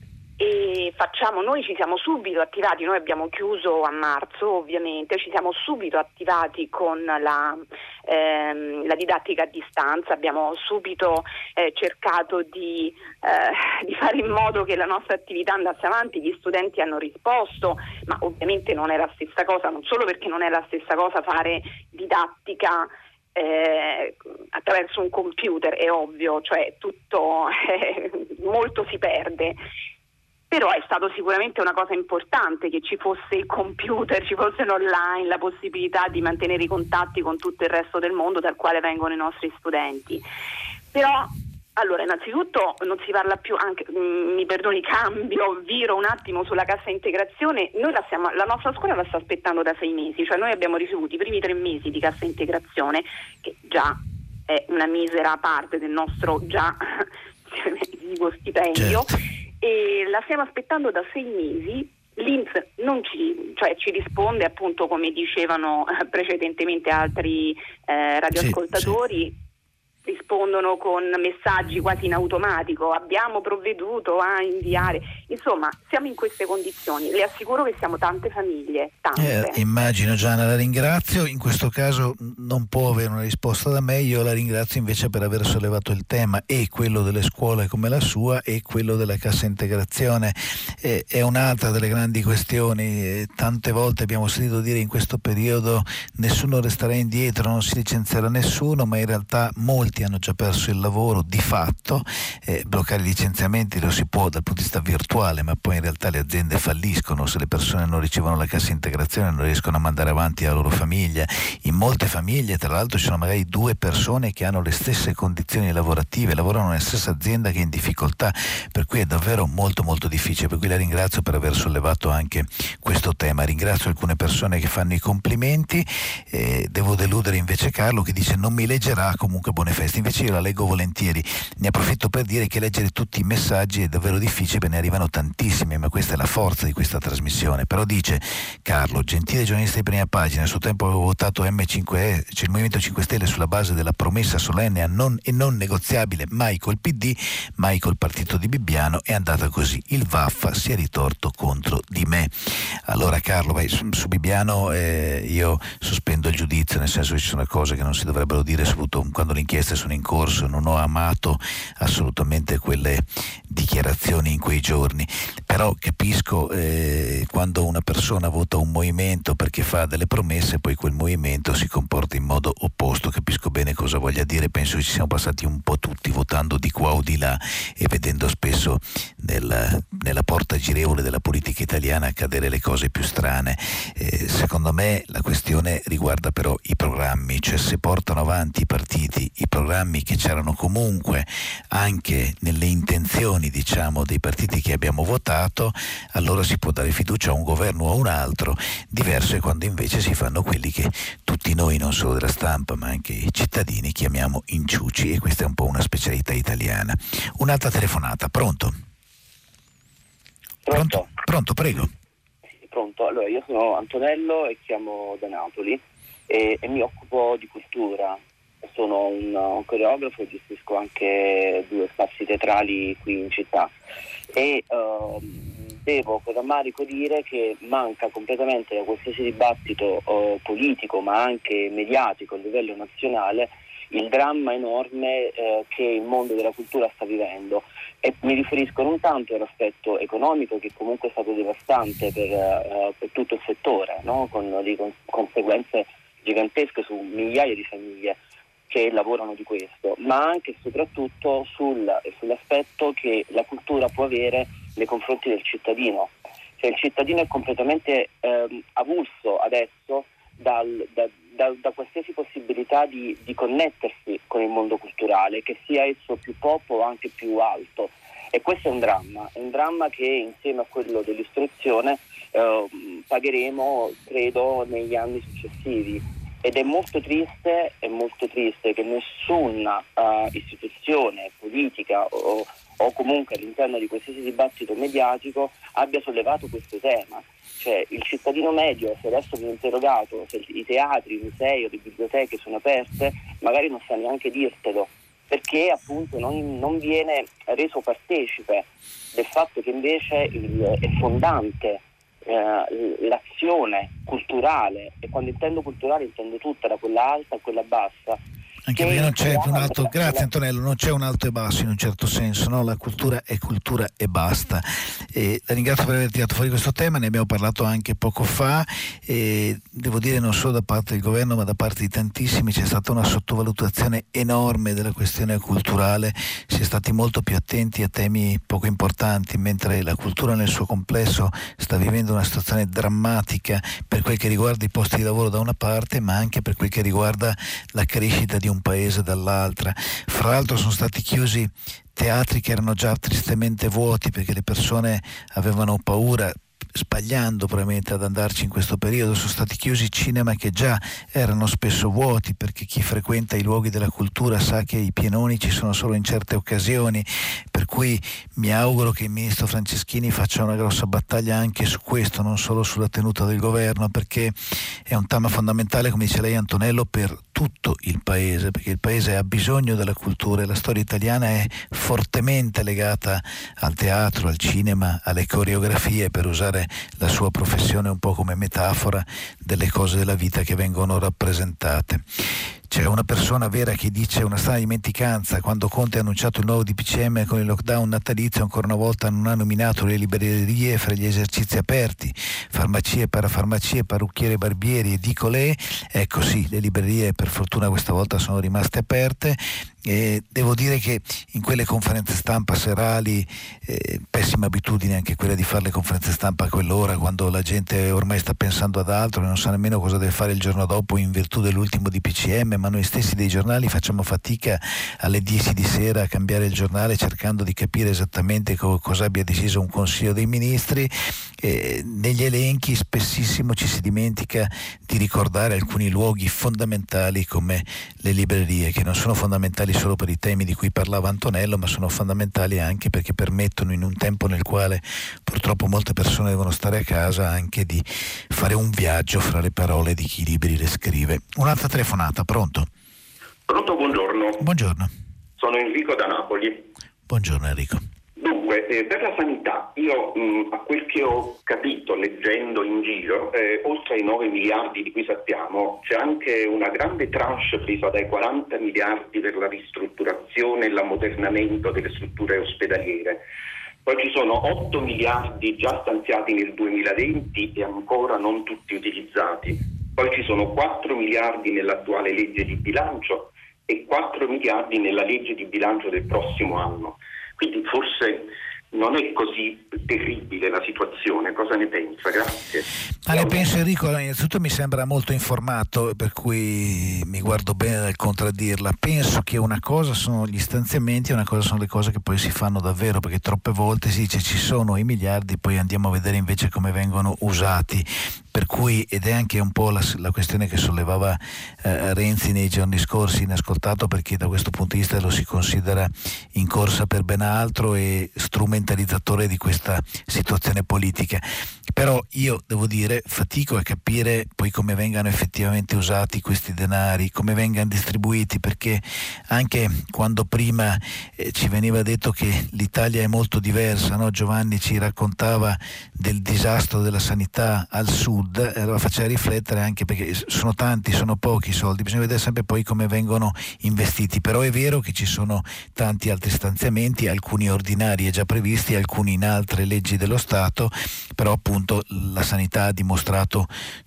e facciamo, noi ci siamo subito attivati, noi abbiamo chiuso a marzo ovviamente, ci siamo subito attivati con la, ehm, la didattica a distanza, abbiamo subito eh, cercato di, eh, di fare in modo che la nostra attività andasse avanti, gli studenti hanno risposto, ma ovviamente non è la stessa cosa, non solo perché non è la stessa cosa fare didattica Eh, attraverso un computer, è ovvio, cioè tutto eh, molto si perde, però è stato sicuramente una cosa importante che ci fosse il computer, ci fosse l'online, la possibilità di mantenere i contatti con tutto il resto del mondo dal quale vengono i nostri studenti. Però allora, innanzitutto non si parla più, anche mi perdoni, cambio, viro un attimo sulla cassa integrazione. Noi la, stiamo, la nostra scuola la sta aspettando da sei mesi, cioè noi abbiamo ricevuto i primi tre mesi di cassa integrazione, che già è una misera parte del nostro già dico, stipendio, certo. E la stiamo aspettando da sei mesi. L'I N P S non ci, cioè, ci risponde, appunto, come dicevano precedentemente altri eh, radioascoltatori. Sì, sì. Rispondono con messaggi quasi in automatico, abbiamo provveduto a inviare, insomma siamo in queste condizioni, le assicuro che siamo tante famiglie, tante. Eh, immagino. Gianna, la ringrazio, in questo caso non può avere una risposta da me, io la ringrazio invece per aver sollevato il tema, e quello delle scuole come la sua e quello della cassa integrazione. Eh, è un'altra delle grandi questioni, eh, tante volte abbiamo sentito dire in questo periodo nessuno resterà indietro, non si licenzierà nessuno, ma in realtà molti hanno già perso il lavoro di fatto. Eh, bloccare i licenziamenti lo si può dal punto di vista virtuale, ma poi in realtà le aziende falliscono se le persone non ricevono la cassa integrazione, non riescono a mandare avanti la loro famiglia. In molte famiglie, tra l'altro, ci sono magari due persone che hanno le stesse condizioni lavorative, lavorano nella stessa azienda che è in difficoltà, per cui è davvero molto molto difficile. Per cui la ringrazio per aver sollevato anche questo tema. Ringrazio alcune persone che fanno i complimenti, eh, devo deludere invece Carlo che dice non mi leggerà, comunque buone feste. Invece io la leggo volentieri. Ne approfitto per dire che leggere tutti i messaggi è davvero difficile, perché ne arrivano tantissimi, ma questa è la forza di questa trasmissione. Però dice Carlo, gentile giornalista di Prima Pagina, a suo tempo avevo votato M cinque E, cioè il Movimento cinque Stelle, sulla base della promessa solenne a non, e non negoziabile, mai col P D, mai col partito di Bibbiano. È andata così, il Vaffa si è ritorto contro di me. Allora Carlo, vai, su, su Bibbiano eh, io sospendo il giudizio, nel senso che ci sono cose che non si dovrebbero dire, soprattutto quando l'inchiesta sono in corso. Non ho amato assolutamente quelle dichiarazioni in quei giorni, però capisco eh, quando una persona vota un movimento perché fa delle promesse, poi quel movimento si comporta in modo opposto. Capisco bene cosa voglia dire, penso che ci siamo passati un po' tutti votando di qua o di là e vedendo spesso nella, nella porta girevole della politica italiana accadere le cose più strane. Eh, secondo me la questione riguarda però i programmi, cioè se portano avanti i partiti i programmi che c'erano comunque anche nelle intenzioni, diciamo, dei partiti che abbiamo votato, allora si può dare fiducia a un governo o a un altro. Diverso è quando invece si fanno quelli che tutti noi, non solo della stampa ma anche i cittadini, chiamiamo inciuci, e questa è un po' una specialità italiana. Un'altra telefonata, pronto? Pronto? Pronto, prego. Pronto, allora io sono Antonello e chiamo da Napoli e, e mi occupo di cultura. Sono un, un coreografo e gestisco anche due spazi teatrali qui in città e uh, devo con rammarico dire che manca completamente da qualsiasi dibattito uh, politico ma anche mediatico a livello nazionale il dramma enorme uh, che il mondo della cultura sta vivendo, e mi riferisco non tanto all'aspetto economico, che comunque è stato devastante per, uh, per tutto il settore, no? Con le con- conseguenze gigantesche su migliaia di famiglie che lavorano di questo, ma anche e soprattutto sul, sull'aspetto che la cultura può avere nei confronti del cittadino. Cioè il cittadino è completamente ehm, avulso adesso dal, da, da, da qualsiasi possibilità di, di connettersi con il mondo culturale, che sia esso più pop o anche più alto. E questo è un dramma, è un dramma che insieme a quello dell'istruzione eh, pagheremo, credo, negli anni successivi. Ed è molto triste, è molto triste che nessuna uh, istituzione politica o, o comunque all'interno di qualsiasi dibattito mediatico abbia sollevato questo tema. Cioè, il cittadino medio, se adesso viene interrogato se i teatri, i musei o le biblioteche sono aperte, magari non sa neanche dirtelo, perché appunto non, non viene reso partecipe del fatto che invece il, è fondante eh, l'azione culturale, e quando intendo culturale intendo tutta, da quella alta a quella bassa. Anche perché non c'è un alto, grazie Antonello, non c'è un alto e basso in un certo senso, no? La cultura è cultura e basta. E la ringrazio per aver tirato fuori questo tema, ne abbiamo parlato anche poco fa, e devo dire non solo da parte del governo ma da parte di tantissimi c'è stata una sottovalutazione enorme della questione culturale, si è stati molto più attenti a temi poco importanti, mentre la cultura nel suo complesso sta vivendo una situazione drammatica per quel che riguarda i posti di lavoro da una parte, ma anche per quel che riguarda la crescita di un paese dall'altra. Fra l'altro sono stati chiusi teatri che erano già tristemente vuoti perché le persone avevano paura, sbagliando probabilmente ad andarci in questo periodo. Sono stati chiusi cinema che già erano spesso vuoti, perché chi frequenta i luoghi della cultura sa che i pienoni ci sono solo in certe occasioni, per cui mi auguro che il ministro Franceschini faccia una grossa battaglia anche su questo, non solo sulla tenuta del governo, perché è un tema fondamentale, come dice lei Antonello, per tutto il paese, perché il paese ha bisogno della cultura e la storia italiana è fortemente legata al teatro, al cinema, alle coreografie, per usare la sua professione un po' come metafora delle cose della vita che vengono rappresentate. C'è una persona vera che dice una strana dimenticanza: quando Conte ha annunciato il nuovo D P C M con il lockdown natalizio, ancora una volta non ha nominato le librerie fra gli esercizi aperti, farmacie, parafarmacie, parrucchiere, barbieri, edicole. Ecco sì, le librerie per fortuna questa volta sono rimaste aperte. E devo dire che in quelle conferenze stampa serali, eh, pessima abitudine anche quella di fare le conferenze stampa a quell'ora, quando la gente ormai sta pensando ad altro e non sa nemmeno cosa deve fare il giorno dopo in virtù dell'ultimo D P C M, ma noi stessi dei giornali facciamo fatica alle dieci di sera a cambiare il giornale cercando di capire esattamente co- cosa abbia deciso un Consiglio dei Ministri. Eh, negli elenchi spessissimo ci si dimentica di ricordare alcuni luoghi fondamentali come le librerie, che non sono fondamentali solo per i temi di cui parlava Antonello, ma sono fondamentali anche perché permettono, in un tempo nel quale purtroppo molte persone devono stare a casa, anche di fare un viaggio fra le parole di chi i libri le scrive. Un'altra telefonata, pronto? Pronto, buongiorno. Buongiorno. Sono Enrico da Napoli. Buongiorno Enrico. Dunque, eh, per la sanità, io mh, a quel che ho capito leggendo in giro, eh, oltre ai nove miliardi di cui sappiamo, c'è anche una grande tranche presa dai quaranta miliardi per la ristrutturazione e l'ammodernamento delle strutture ospedaliere. Poi ci sono otto miliardi già stanziati nel duemilaventi e ancora non tutti utilizzati. Poi ci sono quattro miliardi nell'attuale legge di bilancio e quattro miliardi nella legge di bilancio del prossimo anno. Quindi forse non è così terribile la situazione. Cosa ne pensa? Grazie. Ma ne penso Enrico, innanzitutto mi sembra molto informato, per cui mi guardo bene dal contraddirla. Penso che una cosa sono gli stanziamenti e una cosa sono le cose che poi si fanno davvero, perché troppe volte si dice ci sono i miliardi, poi andiamo a vedere invece come vengono usati. Per cui, ed è anche un po' la, la questione che sollevava eh, Renzi nei giorni scorsi, inascoltato, perché da questo punto di vista lo si considera in corsa per ben altro e strumentalizzatore di questa situazione politica. Però io devo dire, fatico a capire poi come vengano effettivamente usati questi denari, come vengano distribuiti, perché anche quando prima eh, ci veniva detto che l'Italia è molto diversa, no? Giovanni ci raccontava del disastro della sanità al sud, allora faceva riflettere anche perché sono tanti, sono pochi soldi, bisogna vedere sempre poi come vengono investiti. Però è vero che ci sono tanti altri stanziamenti, alcuni ordinari e già previsti, alcuni in altre leggi dello Stato, però appunto la sanità ha dimostrato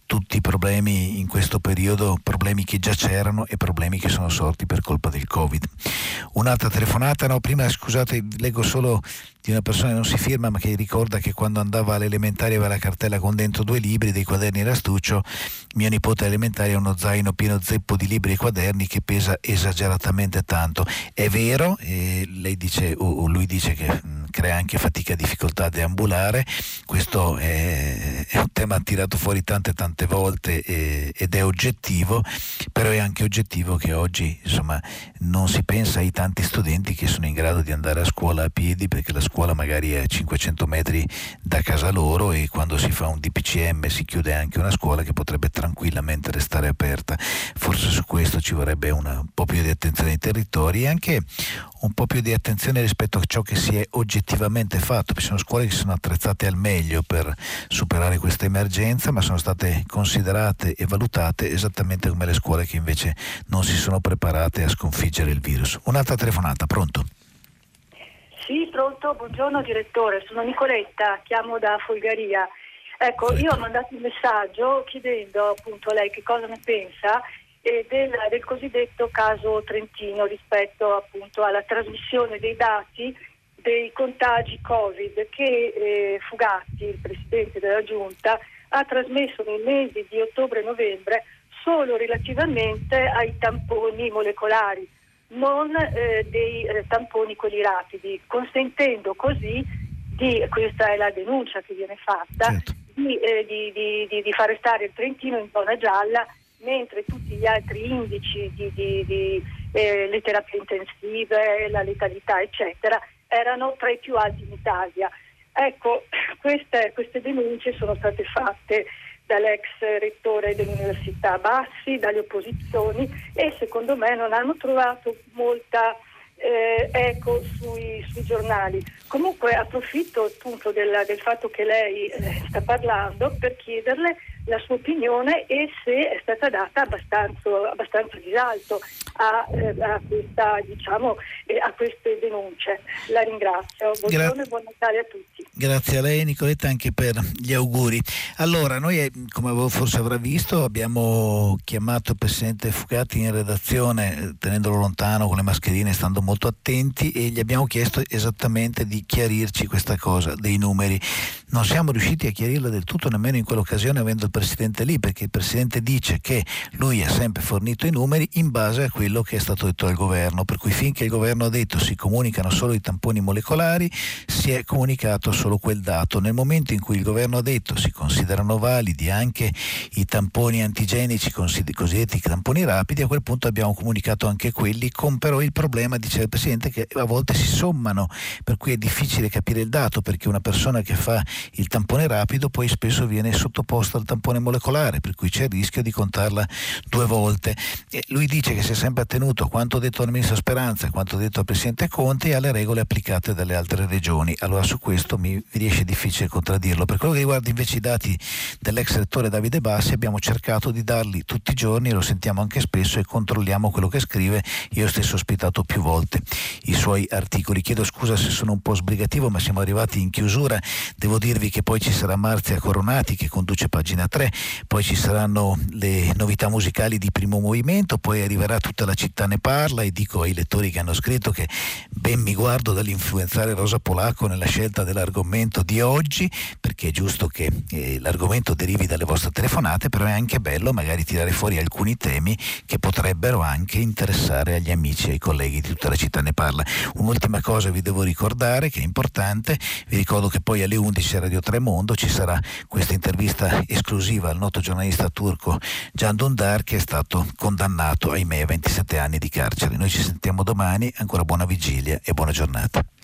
tutti i problemi in questo periodo, problemi che già c'erano e problemi che sono sorti per colpa del Covid. Un'altra telefonata, no, prima scusate, leggo solo di una persona che non si firma ma che ricorda che quando andava alle elementari aveva la cartella con dentro due libri, dei quaderni e l'astuccio. Mio nipote elementare ha uno zaino pieno zeppo di libri e quaderni che pesa esageratamente tanto. È vero, e lei dice, o lui dice che mh, crea anche fatica e difficoltà a deambulare. Questo è, è un tema tirato fuori tante tante volte e, ed è oggettivo, però è anche oggettivo che oggi insomma non si pensa ai tanti studenti che sono in grado di andare a scuola a piedi, perché la scuola magari è a cinquecento metri da casa loro e quando si fa un D P C M si chiude anche una scuola che potrebbe tranquillamente restare aperta. Forse su questo ci vorrebbe una, un po' più di attenzione ai territori e anche un po' più di attenzione rispetto a ciò che si è oggettivamente fatto. Ci sono scuole che sono attrezzate al meglio per superare questa emergenza, ma sono state considerate e valutate esattamente come le scuole che invece non si sono preparate a sconfiggere il virus. Un'altra telefonata, pronto? Sì, pronto, buongiorno direttore, sono Nicoletta, chiamo da Folgaria. Ecco, io ho mandato un messaggio chiedendo appunto a lei che cosa ne pensa eh, del, del cosiddetto caso Trentino rispetto appunto alla trasmissione dei dati dei contagi Covid che eh, Fugatti, il presidente della Giunta, ha trasmesso nei mesi di ottobre e novembre solo relativamente ai tamponi molecolari, non eh, dei eh, tamponi quelli rapidi, consentendo così di, questa è la denuncia che viene fatta, certo. di, eh, di, di, di, di far restare il Trentino in zona gialla, mentre tutti gli altri indici di, di, di eh, le terapie intensive, la letalità eccetera erano tra i più alti in Italia. Ecco, queste, queste denunce sono state fatte dall'ex rettore dell'Università Bassi, dalle opposizioni e secondo me non hanno trovato molta eh, eco sui, sui giornali. Comunque approfitto appunto del, del fatto che lei eh, sta parlando per chiederle la sua opinione e se è stata data abbastanza, abbastanza risalto a, eh, a, questa, diciamo, eh, a queste denunce. La ringrazio. Buongiorno Gra- e buon Natale a tutti. Grazie a lei Nicoletta anche per gli auguri. Allora, noi come forse avrà visto abbiamo chiamato il presidente Fugatti in redazione tenendolo lontano con le mascherine, stando molto attenti, e gli abbiamo chiesto esattamente di chiarirci questa cosa dei numeri. Non siamo riusciti a chiarirla del tutto nemmeno in quell'occasione avendo il presidente lì, perché il presidente dice che lui ha sempre fornito i numeri in base a quello che è stato detto dal governo, per cui finché il governo ha detto si comunicano solo i tamponi molecolari si è comunicato solo quel dato. Nel momento in cui il governo ha detto si considerano validi anche i tamponi antigenici, i cosiddetti tamponi rapidi, a quel punto abbiamo comunicato anche quelli, con però il problema, dice il presidente, che a volte si sommano, per cui è difficile capire il dato, perché una persona che fa il tampone rapido poi spesso viene sottoposta al tampone molecolare, per cui c'è il rischio di contarla due volte. E lui dice che si è sempre attenuto a quanto detto al ministro Speranza, a quanto detto al presidente Conte e alle regole applicate dalle altre regioni. Allora su questo mi riesce difficile contraddirlo. Per quello che riguarda invece i dati dell'ex rettore Davide Bassi, abbiamo cercato di darli tutti i giorni, lo sentiamo anche spesso e controlliamo quello che scrive. Io stesso ho ospitato più volte i suoi articoli. Chiedo scusa se sono un po' sbrigativo, ma siamo arrivati in chiusura. Devo dirvi che poi ci sarà Marzia Coronati che conduce Pagina tre, poi ci saranno le novità musicali di Primo Movimento, poi arriverà Tutta la città ne parla, e dico ai lettori che hanno scritto che ben mi guardo dall'influenzare Rosa Polacco nella scelta dell'argomento di oggi, perché è giusto che eh, l'argomento derivi dalle vostre telefonate, però è anche bello magari tirare fuori alcuni temi che potrebbero anche interessare agli amici e ai colleghi di Tutta la città ne parla. Un'ultima cosa vi devo ricordare che è importante, vi ricordo che poi alle undici a Radio tre Mondo ci sarà questa intervista esclusiva al noto giornalista turco Can Dündar, che è stato condannato, ahimè, a ventisette anni di carcere. Noi ci sentiamo domani, ancora buona vigilia e buona giornata.